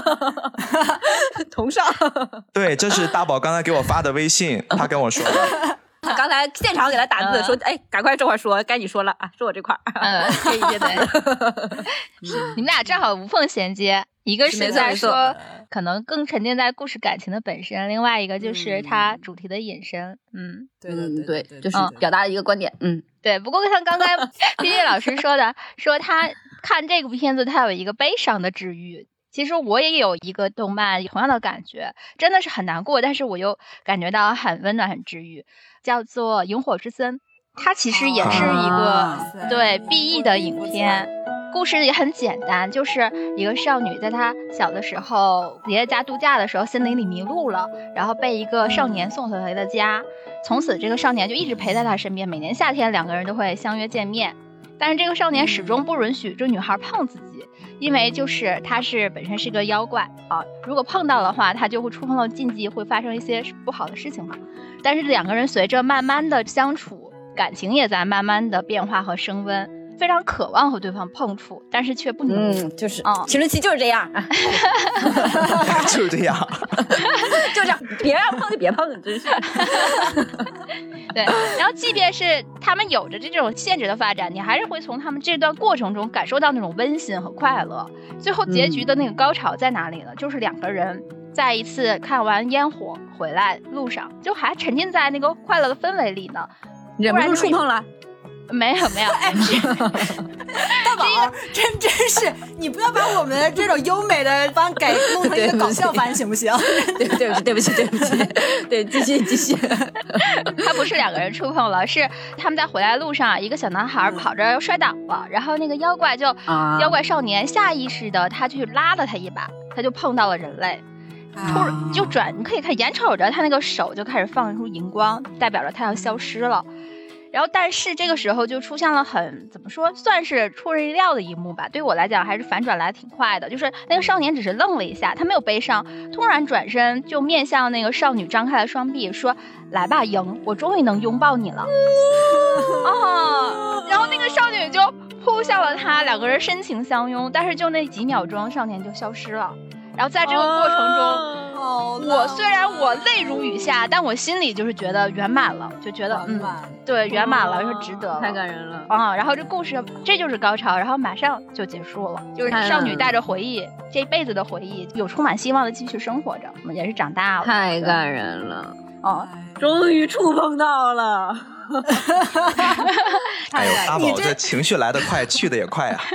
同上对，这是大宝刚才给我发的微信他跟我说的他刚才现场给他打字说、嗯、哎，赶快这块说，该你说了啊，说我这块嗯，可以接对你们俩正好无缝衔接，一个是在说可能更沉浸在故事感情的本身，另外一个就是它主题的引申。嗯， 对对对对, 对, 对，就是表达了一个观点。嗯， 对。不过像刚才毕毕老师说的，说他看这部片子他有一个悲伤的治愈，其实我也有一个动漫同样的感觉，真的是很难过，但是我又感觉到很温暖很治愈，叫做《萤火之森》。它其实也是一个、啊、对 B E 的影片，故事也很简单，就是一个少女在她小的时候爷爷家度假的时候森林里迷路了，然后被一个少年送回了家，从此这个少年就一直陪在她身边，每年夏天两个人都会相约见面，但是这个少年始终不允许这女孩碰自己，因为就是他是本身是个妖怪啊，如果碰到的话他就会触碰到禁忌，会发生一些不好的事情嘛。但是两个人随着慢慢的相处，感情也在慢慢的变化和升温， 非常渴望和对方碰触，但是却不能。 嗯，就是青春期就是这样， 就是这样， 就这样，别让碰就别碰，真是。 对，然后即便是他们有着这种限制的发展，你还是会从他们这段过程中感受到那种温馨和快乐。最后结局的那个高潮在哪里呢？嗯、就是两个人在一次看完烟火回来路上，就还沉浸在那个快乐的氛围里呢， 忍不住触碰了。 没有没有，哎， 大宝，真真是你不要把我们这种优美的番改弄成一个搞笑番，行不行？ 对对不起对不起对不起，对，继续继续。 他不是两个人触碰了，是他们在回来的路上，一个小男孩跑着摔倒了，然后那个妖怪就、啊、妖怪少年下意识的他去拉了他一把，他就碰到了人类。突然就转，你可以看眼瞅着他那个手就开始放出荧光，代表着他要消失了。然后但是这个时候就出现了很怎么说算是出人意料的一幕吧，对我来讲还是反转来挺快的，就是那个少年只是愣了一下，他没有悲伤，突然转身就面向那个少女张开了双臂说，来吧莹，我终于能拥抱你了。哦，然后那个少女就扑向了他，两个人深情相拥，但是就那几秒钟少年就消失了。然后在这个过程中、哦、我虽然我泪如雨下，但我心里就是觉得圆满了，就觉得嗯，对，圆满了，说值得了， 太感人了啊、嗯！然后这故事这就是高潮，然后马上就结束了，就是少女带着回忆，这辈子的回忆，有充满希望的继续生活着，我们也是长大了， 太感人了哦， 终于触碰到了。 哎呦，大宝这情绪来得快，去的也快啊！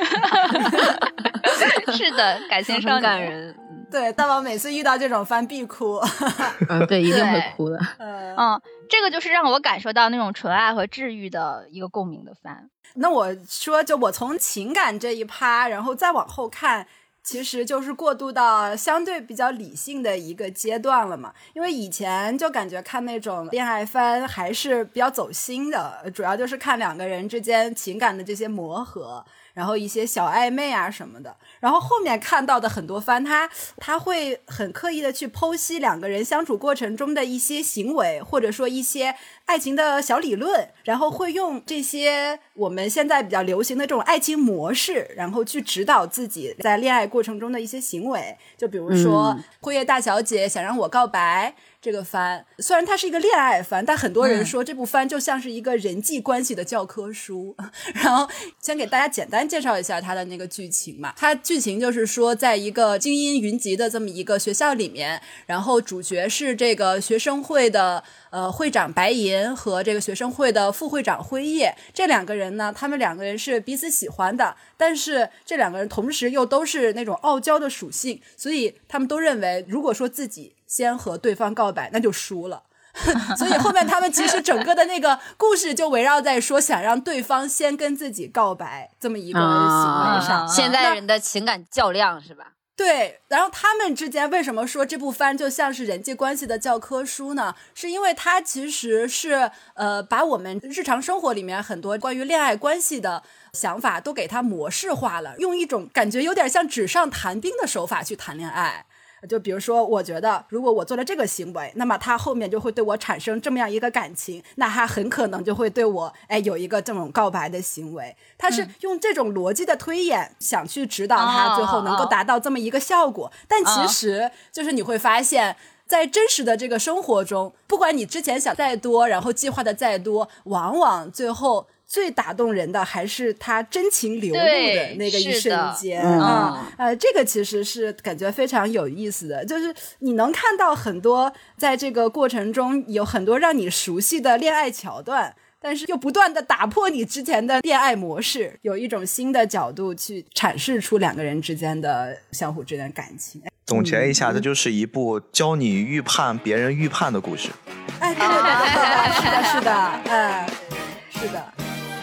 是的，感情上感人。 对，大宝每次遇到这种番必哭。 嗯，对，一定会哭的。 嗯，这个就是让我感受到那种纯爱和治愈的一个共鸣的番。 那我说，就我从情感这一趴，然后再往后看。其实就是过渡到相对比较理性的一个阶段了嘛，因为以前就感觉看那种恋爱番还是比较走心的，主要就是看两个人之间情感的这些磨合，然后一些小暧昧啊什么的。然后后面看到的很多番，他他会很刻意的去剖析两个人相处过程中的一些行为，或者说一些爱情的小理论，然后会用这些我们现在比较流行的这种爱情模式，然后去指导自己在恋爱过程中的一些行为。就比如说、嗯、辉夜大小姐想让我告白这个番，虽然它是一个恋爱番，但很多人说这部番就像是一个人际关系的教科书、嗯、然后先给大家简单介绍一下它的那个剧情嘛。它剧情就是说在一个精英云集的这么一个学校里面，然后主角是这个学生会的呃会长白银和这个学生会的副会长辉夜，这两个人呢，他们两个人是彼此喜欢的，但是这两个人同时又都是那种傲娇的属性，所以他们都认为如果说自己先和对方告白那就输了所以后面他们其实整个的那个故事就围绕在说想让对方先跟自己告白这么一个行为上、啊、 现在人的情感较量是吧？ 对，然后他们之间为什么说这部番就像是人际关系的教科书呢？是因为它其实是呃把我们日常生活里面很多关于恋爱关系的想法都给它模式化了，用一种感觉有点像纸上谈兵的手法去谈恋爱。就比如说我觉得如果我做了这个行为，那么他后面就会对我产生这么样一个感情，那他很可能就会对我哎有一个这种告白的行为。他是用这种逻辑的推演、嗯、想去指导他最后能够达到这么一个效果、哦、但其实就是你会发现在真实的这个生活中，不管你之前想再多，然后计划的再多，往往最后最打动人的还是他真情流露的那个一瞬间啊、嗯呃，这个其实是感觉非常有意思的，就是你能看到很多在这个过程中有很多让你熟悉的恋爱桥段，但是又不断的打破你之前的恋爱模式，有一种新的角度去阐释出两个人之间的相互之间的感情。 总结一下，这就是一部教你预判别人预判的故事。 哎，对对对对，是的，是的，哎，是的。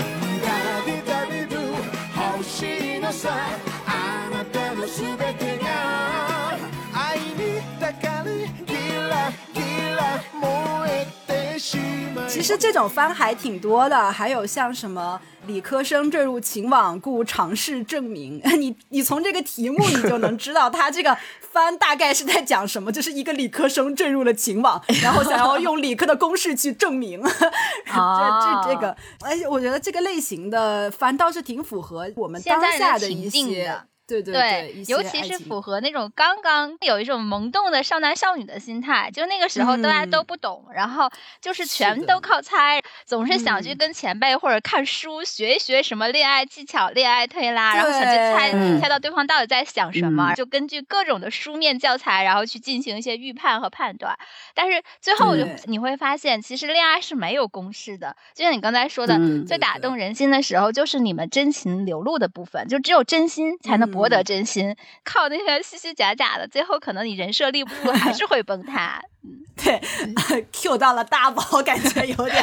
あなたのすべてが愛にたかりギラギラ燃えて其实这种番还挺多的，还有像什么理科生坠入情网故尝试证明，你你从这个题目你就能知道他这个番大概是在讲什么，就是一个理科生坠入了情网，然后想要用理科的公式去证明。 啊、 这这个，而且我觉得这个类型的番倒是挺符合我们当下的一些。对对 对, 对，尤其是符合那种刚刚有一种萌动的少男少女的心态，就那个时候大家都不懂、嗯、然后就是全都靠猜，总是想去跟前辈或者看书、嗯、学一学什么恋爱技巧、恋爱推拉，然后想去猜、嗯、猜到对方到底在想什么、嗯、就根据各种的书面教材然后去进行一些预判和判断。但是最后就你会发现其实恋爱是没有公式的，就像你刚才说的、嗯、最打动人心的时候就是你们真情流露的部分，就只有真心才能博得真心、嗯、靠那些虚虚假假的最后可能你人设立不住还是会崩塌。 嗯，对、嗯、Q 到了大宝，感觉有点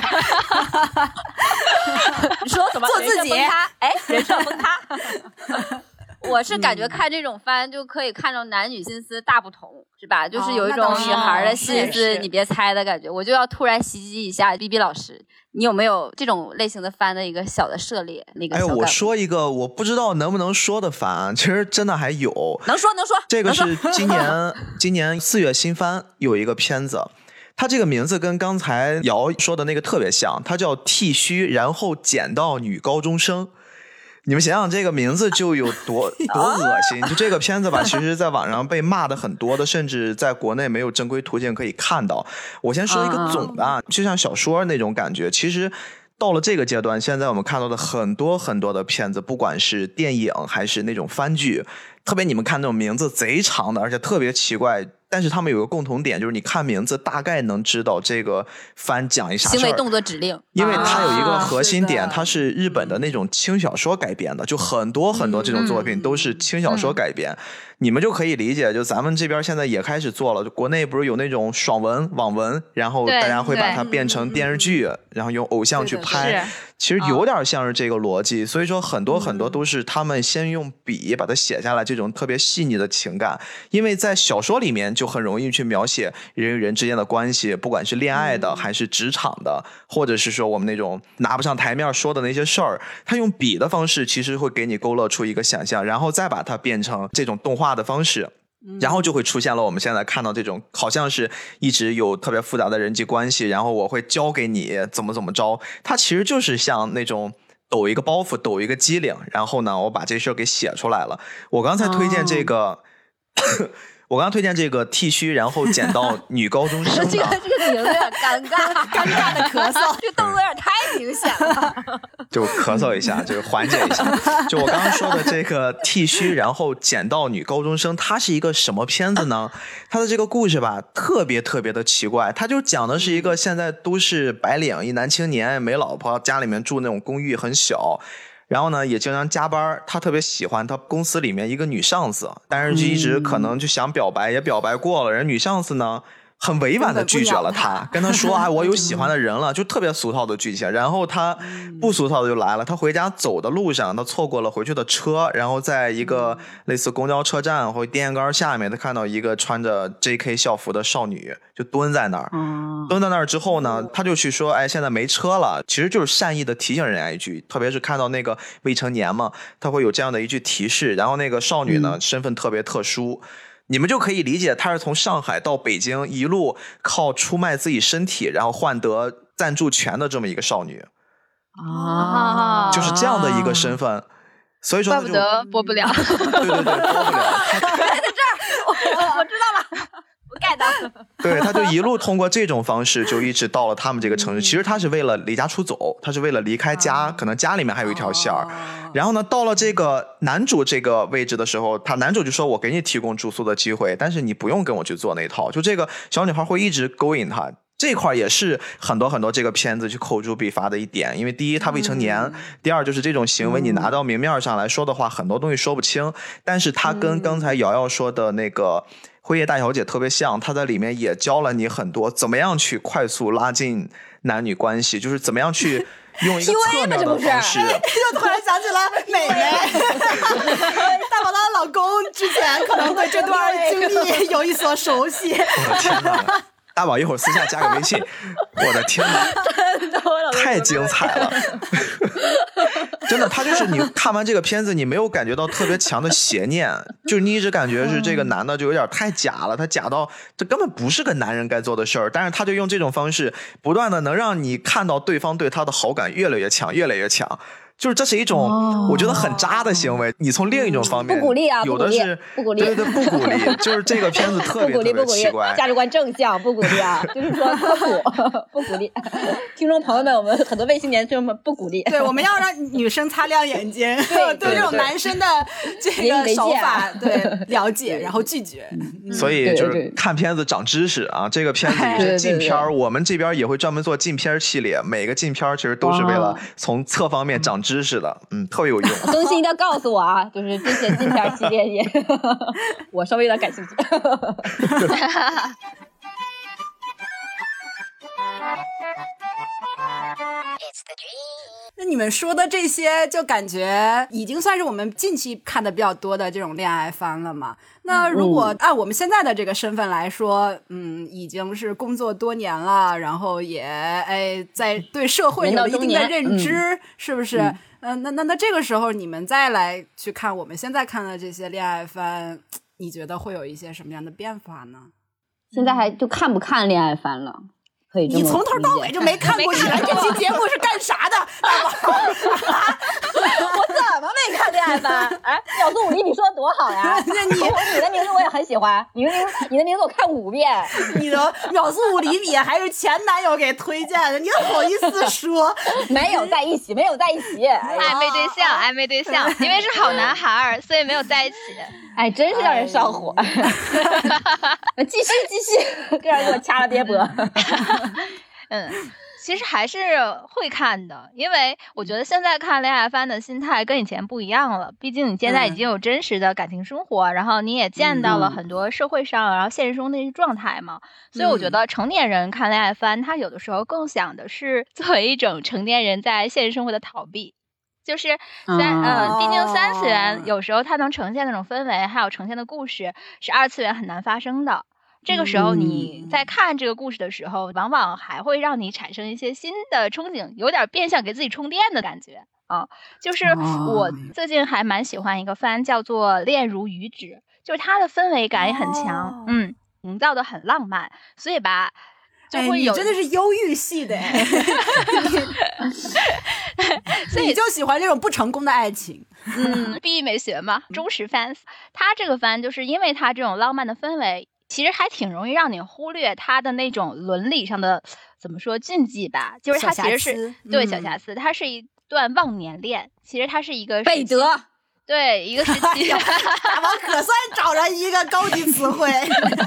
你说怎么做自己哎，人设崩塌我是感觉嗯看这种番就可以看到男女心思大不同，是吧？就是有一种女孩的心思你别猜的感觉。我就要突然袭击一下 B B 老师，你有没有这种类型的番的一个小的涉猎？那个哎，我说一个我不知道能不能说的番，其实真的还有。 能说能说。 这个是今年今年四月新番有一个片子，它这个名字跟刚才瑶说的那个特别像，它叫剃须然后捡到女高中生。你们想想这个名字就有多多恶心。就这个片子吧，其实在网上被骂的很多的，甚至在国内没有正规途径可以看到。我先说一个总的啊，就像小说那种感觉，其实到了这个阶段，现在我们看到的很多很多的片子，不管是电影还是那种番剧，特别你们看那种名字贼长的而且特别奇怪，但是他们有个共同点，就是你看名字大概能知道这个番讲一啥事儿。 行为动作指令。 因为它有一个核心点、啊、它是日本的那种轻小说改编的，就很多很多这种作品都是轻小说改编、嗯、你们就可以理解，就咱们这边现在也开始做了，就国内不是有那种爽文网文，然后大家会把它变成电视剧，然后用偶像去拍，其实有点像是这个逻辑、哦、所以说很多很多都是他们先用笔把它写下来，这种特别细腻的情感。因为在小说里面就很容易去描写人与人之间的关系，不管是恋爱的、嗯、还是职场的，或者是说我们那种拿不上台面说的那些事儿，他用笔的方式其实会给你勾勒出一个想象，然后再把它变成这种动画的方式，然后就会出现了我们现在看到这种好像是一直有特别复杂的人际关系，然后我会教给你怎么怎么着，它其实就是像那种抖一个包袱抖一个机灵，然后呢我把这事儿给写出来了。我刚才推荐这个、哦我刚刚推荐这个剃须然后捡到女高中生这个这个名字有点尴尬尴尬的咳嗽这个动作有点太明显了就咳嗽一下就缓解一下。就我刚刚说的这个剃须然后捡到女高中生，它是一个什么片子呢？它的这个故事吧特别特别的奇怪，它就讲的是一个现在都市白领一男青年没老婆，家里面住那种公寓很小，然后呢也经常加班，他特别喜欢他公司里面一个女上司，但是就一直可能就想表白、嗯、也表白过了，人女上司呢很委婉的拒绝了他，跟他说啊我有喜欢的人了，就特别俗套的剧情。然后他不俗套的就来了，他回家走的路上他错过了回去的车，然后在一个类似公交车站或电线杆下面，他看到一个穿着 J K 校服的少女就蹲在那儿、嗯、蹲在那儿之后呢他就去说哎现在没车了，其实就是善意的提醒人家一句，特别是看到那个未成年嘛，他会有这样的一句提示。然后那个少女呢、嗯、身份特别特殊，你们就可以理解她是从上海到北京一路靠出卖自己身体然后换得赞助权的这么一个少女啊， 就是这样的一个身份。所以说怪不得播不了对对对播不了在这儿我我知道了我 get 到对，他就一路通过这种方式就一直到了他们这个城市、嗯、其实他是为了离家出走，他是为了离开家、啊、可能家里面还有一条线儿、啊、然后呢到了这个男主这个位置的时候，他男主就说我给你提供住宿的机会，但是你不用跟我去做那一套，就这个小女孩会一直勾引他。这块也是很多很多这个片子去口诛笔伐的一点，因为第一他未成年、嗯、第二就是这种行为你拿到明面上来说的话、嗯、很多东西说不清，但是他跟刚才瑶瑶说的那个辉夜大小姐特别像，他在里面也教了你很多怎么样去快速拉近男女关系，就是怎么样去用一个侧面的方式又突然想起了美美大宝的老公之前可能对这段经历有一所熟悉我的天哪大宝一会儿私下加个微信。我的天哪，太精彩了！真的，他就是你看完这个片子，你没有感觉到特别强的邪念，就是你一直感觉是这个男的就有点太假了，他假到这根本不是个男人该做的事儿，但是他就用这种方式不断的能让你看到对方对他的好感越来越强，越来越强。就是这是一种我觉得很渣的行为、哦、你从另一种方面不鼓励啊， 有的是不鼓励， 对对不鼓励，就是这个片子特别特别奇怪， 价值观正向，不鼓励啊，就是说科普不鼓励。听众朋友们，我们很多未成年听众们不鼓励， 对，我们要让女生擦亮眼睛，对对这种男生的这个手法对了解，然后拒绝。 所以就是看片子长知识啊，这个片子也是禁片，我们这边也会专门做禁片系列，每个禁片其实都是为了从侧方面长知识的，嗯，特别有用。 更新一定要告诉我啊，就是这些禁片系列也，我稍微有点感兴趣。 那你们说的这些，就感觉已经算是我们近期看的比较多的这种恋爱番了嘛。那如果按我们现在的这个身份来说，嗯，已经是工作多年了，然后也哎在对社会有一定的认知，嗯、是不是？嗯呃、那那那这个时候你们再来去看我们现在看的这些恋爱番，你觉得会有一些什么样的变化呢？ 现在还就看不看恋爱番了？可以这么你从头到尾就没看过，你来这期节目是干啥的？ 我怎么没看恋爱番？哎，秒速五厘，你说的多好呀！那你你的名字我也很喜欢，你的名你的名字我看五遍。 你的秒速五厘米还是前男友给推荐的，你好意思说？ 没有在一起，没有在一起， 哎、暧昧对象，暧昧对象，因为是好男孩，所以没有在一起。 哎，真是让人上火。哎、继续继续，这样给我掐了别播。 嗯，其实还是会看的，因为我觉得现在看恋爱番的心态跟以前不一样了。毕竟你现在已经有真实的感情生活，嗯、然后你也见到了很多社会上，嗯、然后现实中的一些状态嘛。所以我觉得成年人看恋爱番，他有的时候更想的是作为一种成年人在现实生活的逃避。就是三呃，毕竟三次元有时候它能呈现那种氛围，还有呈现的故事是二次元很难发生的。这个时候你在看这个故事的时候，往往还会让你产生一些新的憧憬，有点变相给自己充电的感觉啊。就是我最近还蛮喜欢一个番叫做《恋如雨止》，就是它的氛围感也很强，嗯，营造的很浪漫，所以吧。就会有、 哎、你真的是忧郁系的所以你就喜欢这种不成功的爱情。 嗯，毕美学嘛，忠实 fans。他这个番就是因为他这种浪漫的氛围，其实还挺容易让你忽略他的那种伦理上的怎么说禁忌吧，就是他其实是对小瑕疵，它是一段忘年恋，其实它是一个背德。 对，一个时期， 大王可算找着一个高级词汇，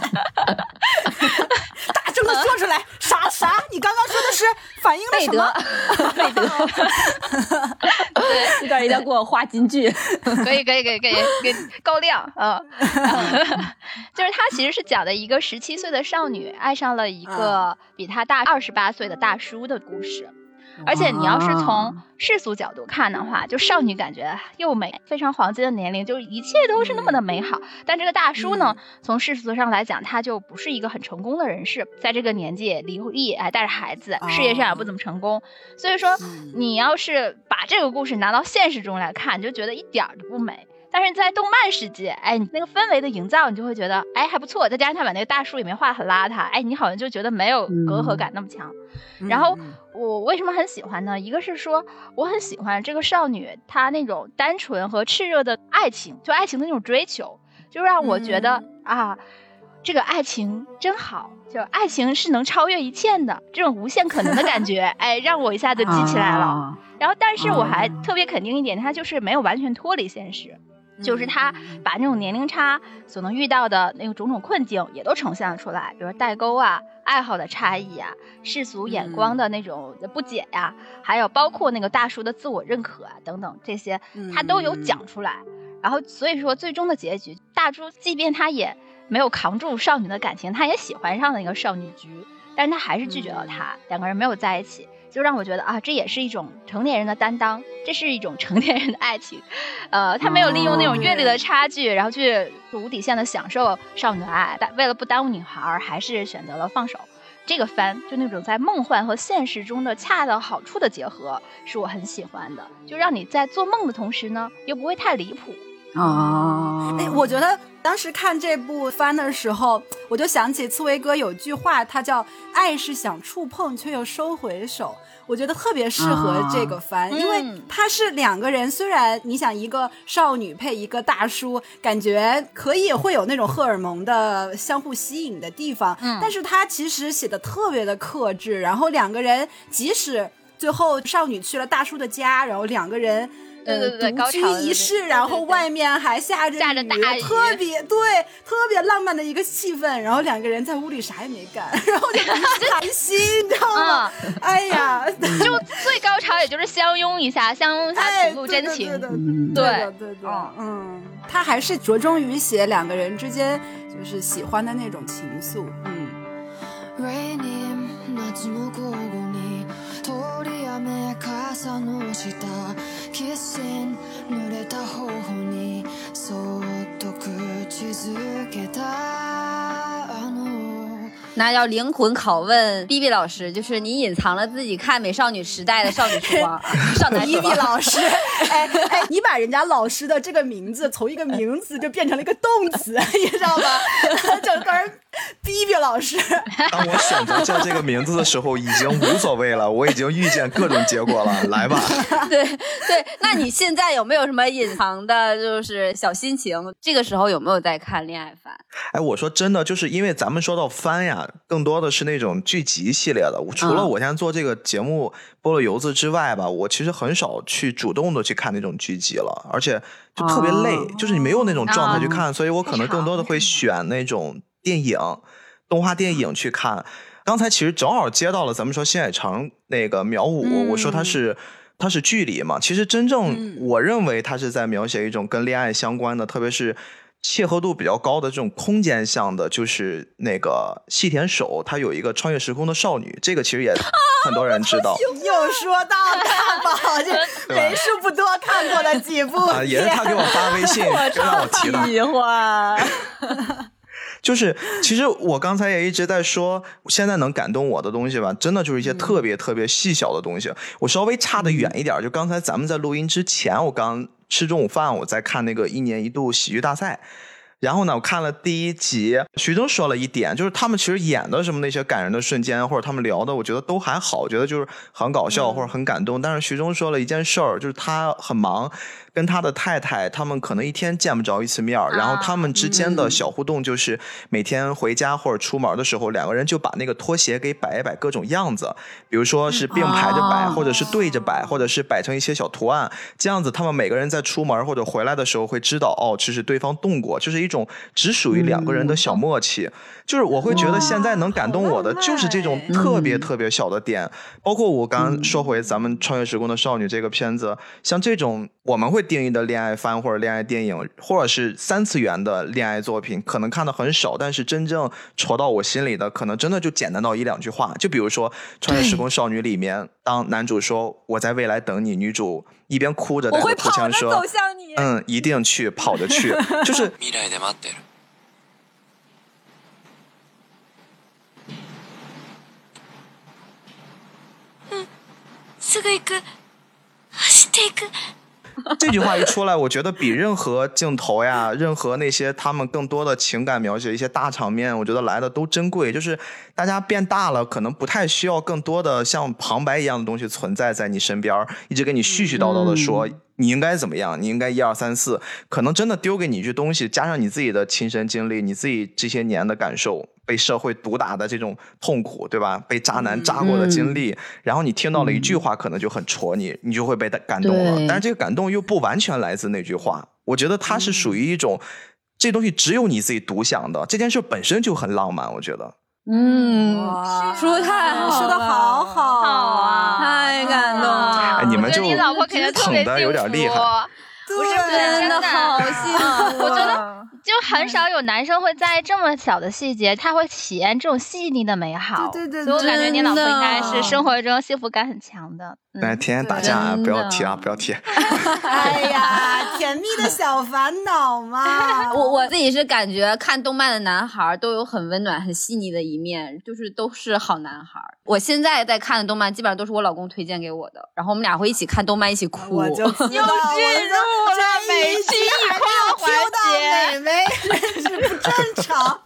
大声的说出来，啥啥？你刚刚说的是反映了什么？ 背德，对，这段一定要给我画金句， 可以，可以，可以，可以，给高亮啊！就是他其实是讲的一个十七岁的少女爱上了一个比她大二十八岁的大叔的故事。而且你要是从世俗角度看的话，就少女感觉又美，非常黄金的年龄，就一切都是那么的美好。但这个大叔呢，从世俗上来讲，他就不是一个很成功的人士，在这个年纪离异，还带着孩子，事业上也不怎么成功。所以说，你要是把这个故事拿到现实中来看，你就觉得一点都不美。但是在动漫世界，哎，你那个氛围的营造，你就会觉得，哎，还不错。再加上他把那个大叔里面画得很邋遢，哎，你好像就觉得没有隔阂感那么强。嗯、然后我为什么很喜欢呢？一个是说我很喜欢这个少女她那种单纯和炽热的爱情，就爱情的那种追求，就让我觉得、嗯、啊，这个爱情真好，就爱情是能超越一切的，这种无限可能的感觉，哎，让我一下子激起来了。啊、然后，但是我还特别肯定一点，它就是没有完全脱离现实。就是他把那种年龄差所能遇到的那个种种困境也都呈现了出来，比如代沟啊、爱好的差异啊、世俗眼光的那种不解呀、啊嗯，还有包括那个大叔的自我认可啊等等，这些他都有讲出来。嗯、然后所以说最终的结局，大叔即便他也没有扛住少女的感情，他也喜欢上了一个少女局，但是他还是拒绝了她，嗯、两个人没有在一起。就让我觉得啊，这也是一种成年人的担当，这是一种成年人的爱情，呃，他没有利用那种阅历的差距，然后去无底线的享受少女的爱，但为了不耽误女孩，还是选择了放手。 这个番就那种在梦幻和现实中的恰到好处的结合是我很喜欢的，就让你在做梦的同时呢又不会太离谱。 哦，哎，我觉得当时看这部番的时候，我就想起刺猬哥有句话，他叫爱是想触碰却又收回手，我觉得特别适合这个番、啊、因为他是两个人，虽然你想一个少女配一个大叔，感觉可以会有那种荷尔蒙的相互吸引的地方、嗯、但是他其实写的特别的克制，然后两个人即使最后少女去了大叔的家，然后两个人对对对， 独居一室，然后外面还下着雨， 下着大雨， 特别对，特别浪漫的一个气氛。然后两个人在屋里啥也没干，然后就谈心，你知道吗？嗯、哎呀， 就最高潮也就是相拥一下，相拥一下吐露真情。 哎、对对对对，嗯，他还是着重于写两个人之间就是喜欢的那种情愫，嗯。 傘の下キスに濡れた頬にそっと口づけたあの那要灵魂拷问 B B 老师，就是你隐藏了自己看美少女时代的少女时光少男时光 B B 老师哎哎，你把人家老师的这个名字从一个名词就变成了一个动词你知道吗？整个人B B 老师当我选择叫这个名字的时候已经无所谓了，我已经预见各种结果了，来吧。 对对，那你现在有没有什么隐藏的就是小心情？这个时候有没有在看恋爱番？ 哎，我说真的，就是因为咱们说到番呀，更多的是那种剧集系列的，除了我现在做这个节目菠萝油子之外吧，我其实很少去主动的去看那种剧集了，而且就特别累、哦、就是你没有那种状态去看、哦、所以我可能更多的会选那种电影动画电影去看。刚才其实正好接到了咱们说新海诚那个秒五、嗯、我说他是他是距离嘛，其实真正我认为他是在描写一种跟恋爱相关的、嗯、特别是契合度比较高的这种空间向的，就是那个细田守他有一个穿越时空的少女，这个其实也很多人知道、啊、 又说到大宝这为数不多看过的几部、 啊、也是他给我发微信就让我提的就是其实我刚才也一直在说现在能感动我的东西吧，真的就是一些特别特别细小的东西、嗯、我稍微差得远一点，就刚才咱们在录音之前我刚吃中午饭，我在看那个一年一度喜剧大赛，然后呢我看了第一集，徐峥说了一点，就是他们其实演的什么那些感人的瞬间或者他们聊的我觉得都还好，我觉得就是很搞笑或者很感动、嗯、但是徐峥说了一件事儿，就是他很忙，跟他的太太他们可能一天见不着一次面、啊、然后他们之间的小互动就是每天回家或者出门的时候、嗯、两个人就把那个拖鞋给摆一摆各种样子，比如说是并排着摆、嗯、或者是对着摆、哦、或者是摆成一些小图案，这样子他们每个人在出门或者回来的时候会知道哦，这是对方动过，就是一种只属于两个人的小默契、嗯、就是我会觉得现在能感动我的就是这种特别特别小的点、嗯、包括我刚刚说回咱们穿越时空的少女这个片子，像这种我们会定义的恋爱番或者恋爱电影或者是三次元的恋爱作品可能看的很少，但是真正戳到我心里的可能真的就简单到一两句话，就比如说穿越时空少女里面当男主说我在未来等你，女主一边哭着带着哭腔说嗯，一定去跑着去就是未来で待ってる嗯すぐ行く走っていく这句话一出来，我觉得比任何镜头呀任何那些他们更多的情感描写一些大场面我觉得来的都珍贵，就是大家变大了可能不太需要更多的像旁白一样的东西存在在你身边一直跟你絮絮叨叨的说、嗯你应该怎么样，你应该一二三四，可能真的丢给你一句东西，加上你自己的亲身经历，你自己这些年的感受，被社会毒打的这种痛苦，对吧？被渣男渣过的经历、嗯、然后你听到了一句话、嗯、可能就很戳你，你就会被感动了，但是这个感动又不完全来自那句话，我觉得它是属于一种、嗯、这东西只有你自己独享的，这件事本身就很浪漫，我觉得嗯，说太好了， 说的好好啊， 太感动了！ 哎，你们就你老婆肯定特别的有点厉害， 不是真的好幸福。 我觉得就很少有男生会在这么小的细节，他会体验这种细腻的美好。 对对对， 所以我感觉你老婆应该是生活中幸福感很强的。 来、嗯，天天打架，不要提啊，不要提。 哎呀，甜蜜的小烦恼嘛。 我我自己是感觉看动漫的男孩都有很温暖、很细腻的一面，就是都是好男孩。我现在在看的动漫基本上都是我老公推荐给我的，然后我们俩会一起看动漫，一起哭。 我就知道，我进入了美期还没有听到美眉，真是不正常。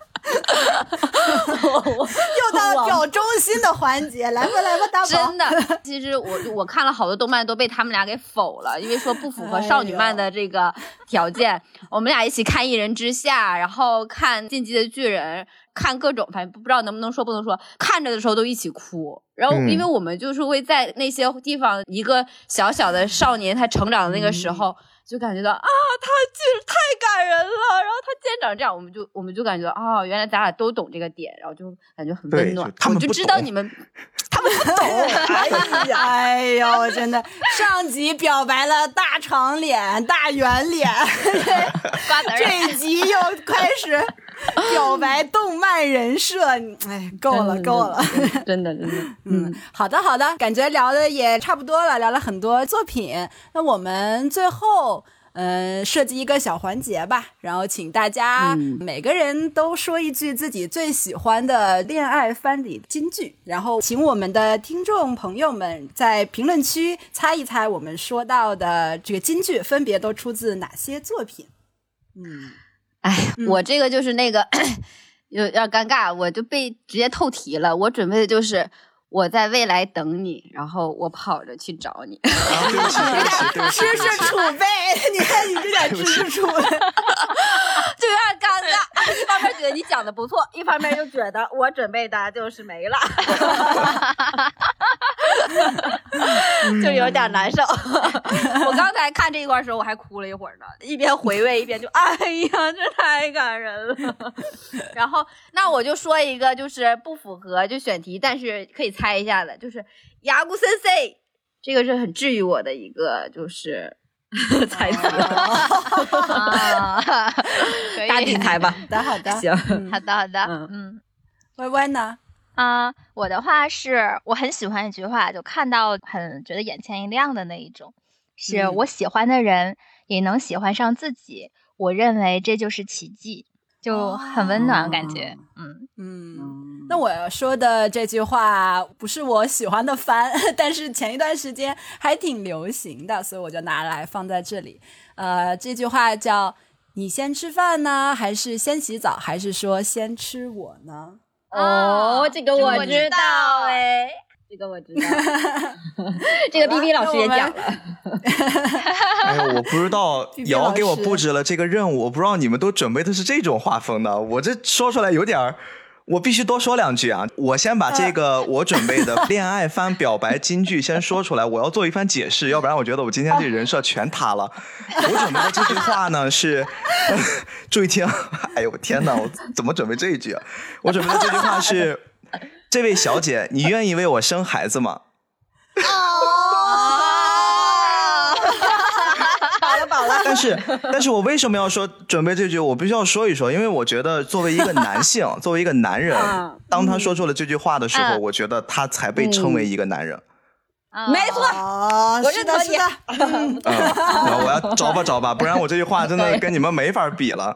又到表忠心的环节，来吧来吧，大宝。 真的，其实我我看了好多动漫都被他们俩给否了，因为说不符合少女漫的这个条件。哎、我们俩一起看《一人之下》，然后看《进击的巨人》，看各种，反正不知道能不能说不能说，看着的时候都一起哭。然后，因为我们就是会在那些地方，一个小小的少年他成长的那个时候。嗯，就感觉到啊，他就是太感人了，然后他既然长这样，我们就我们就感觉啊、哦，原来咱俩都懂这个点，然后就感觉很温暖。 他们我就知道你们，他们不懂。 哎呀，哎呦，真的，上集表白了大长脸、大圆脸，这一集又开始表白动漫人设，哎，够了，够了， 真的，真的， 嗯，好的，好的，感觉聊的也差不多了，聊了很多作品，那我们最后。嗯，设计一个小环节吧，然后请大家每个人都说一句自己最喜欢的恋爱番里金句，然后请我们的听众朋友们在评论区猜一猜我们说到的这个金句分别都出自哪些作品。 嗯，哎，我这个就是那个有点尴尬，我就被直接透题了。我准备的就是我在未来等你，然后我跑着去找你。 啊、对不起，对不起，对不起， 知识储备，你看你这点知识储备，就有点尴尬。一方面觉得你讲的不错，一方面又觉得我准备的就是没了，就有点难受。我刚才看这一块的时候，我还哭了一会儿呢，一边回味一边就，哎呀，这太感人了。然后，那我就说一个，就是不符合就选题，但是可以猜一下的，就是牙姑先生，这个是很治愈我的一个就是猜词。 啊， 大底猜吧。 好的，好的， 行， 好的，好的，嗯。 歪歪呢？ 啊、呃，我的话是我很喜欢一句话，就看到很觉得眼前一亮的那一种，是、嗯、我喜欢的人也能喜欢上自己，我认为这就是奇迹，就很温暖感觉。哦、嗯嗯，那我说的这句话不是我喜欢的番，但是前一段时间还挺流行的，所以我就拿来放在这里。呃，这句话叫你先吃饭呢，还是先洗澡，还是说先吃我呢？ 哦，这个我知道哎，这个我知道，这个 B B 老师也讲了。 哎呦，我不知道瑶给我布置了这个任务，我不知道你们都准备的是这种画风的，我这说出来有点，我必须多说两句啊！我先把这个我准备的恋爱番表白金句先说出来，我要做一番解释，要不然我觉得我今天这人设全塌了。我准备的这句话呢是，注意听，哎呦天哪，我怎么准备这一句啊？我准备的这句话是，这位小姐，你愿意为我生孩子吗？但是，但是我为什么要说准备这句？我必须要说一说，因为我觉得作为一个男性，作为一个男人，当他说出了这句话的时候，我觉得他才被称为一个男人。 嗯、没错， 哦、 我认同你。 嗯，我要找吧找吧，不然我这句话真的跟你们没法比了。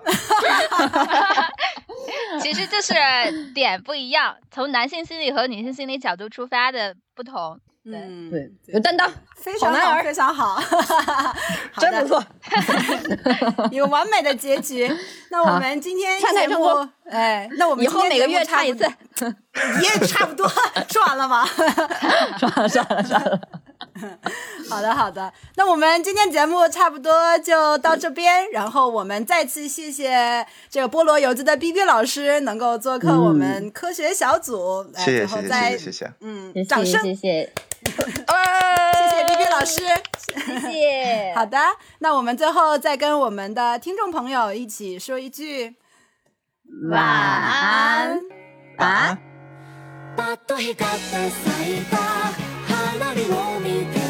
其实就是点不一样，从男性心理和女性心理角度出发的不同。对、 嗯、对，有担当， 非常好，非常好， 真不错， 一个完美的结局。那我们今天节目，哎，那我们以后每个月唱一次， 也差不多，说完了吗？ 说完了，说完了，说完了。 好的，好的。那我们今天节目差不多就到这边，然后我们再次谢谢这个菠萝油子的 B B 老师能够做客我们科学小组， 嗯、谢谢谢谢谢谢谢谢， 嗯，掌声， 谢谢。 谢谢 B B 老师， 谢谢。 好的，那我们最后再跟我们的听众朋友一起说一句晚安， 晚安。 パッと光って咲いた花火を見て